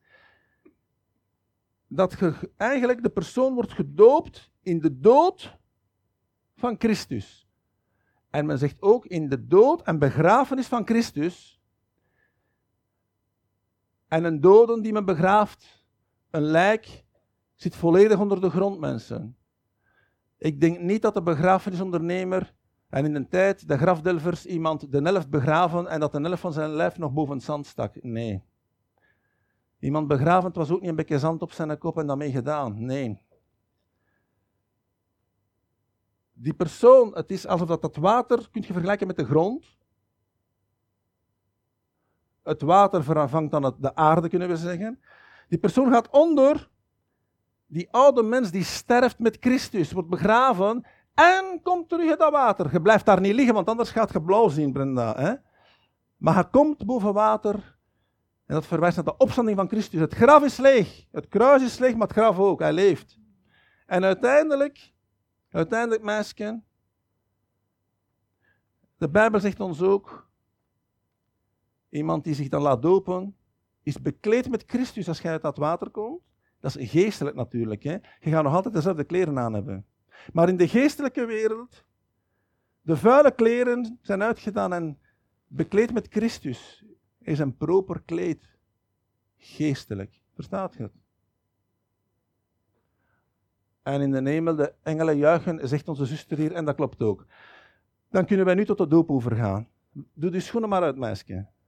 dat eigenlijk de persoon wordt gedoopt in de dood van Christus. En men zegt ook in de dood en begrafenis van Christus. En een dode die men begraaft, een lijk, zit volledig onder de grond, mensen. Ik denk niet dat de begrafenisondernemer en in de tijd de grafdelvers iemand de helft begraven en dat de helft van zijn lijf nog boven het zand stak. Nee. Iemand begraven, het was ook niet een beetje zand op zijn kop en daarmee gedaan. Nee. Die persoon, het is alsof dat water, kun je vergelijken met de grond. Het water vervangt dan de aarde, kunnen we zeggen. Die persoon gaat onder. Die oude mens die sterft met Christus, wordt begraven en komt terug in dat water. Je blijft daar niet liggen, want anders gaat je blauw zien, Brenda. Hè? Maar hij komt boven water en dat verwijst naar de opstanding van Christus. Het graf is leeg, het kruis is leeg, maar het graf ook, hij leeft. En uiteindelijk meisje, de Bijbel zegt ons ook, iemand die zich dan laat dopen, is bekleed met Christus als jij uit dat water komt. Dat is geestelijk natuurlijk. Hè? Je gaat nog altijd dezelfde kleren aan hebben. Maar in de geestelijke wereld, de vuile kleren zijn uitgedaan en bekleed met Christus is een proper kleed. Geestelijk. Verstaat je het? En in de hemel, de engelen juichen, zegt onze zuster hier, en dat klopt ook. Dan kunnen wij nu tot de doop overgaan. Doe die schoenen maar uit, meisje.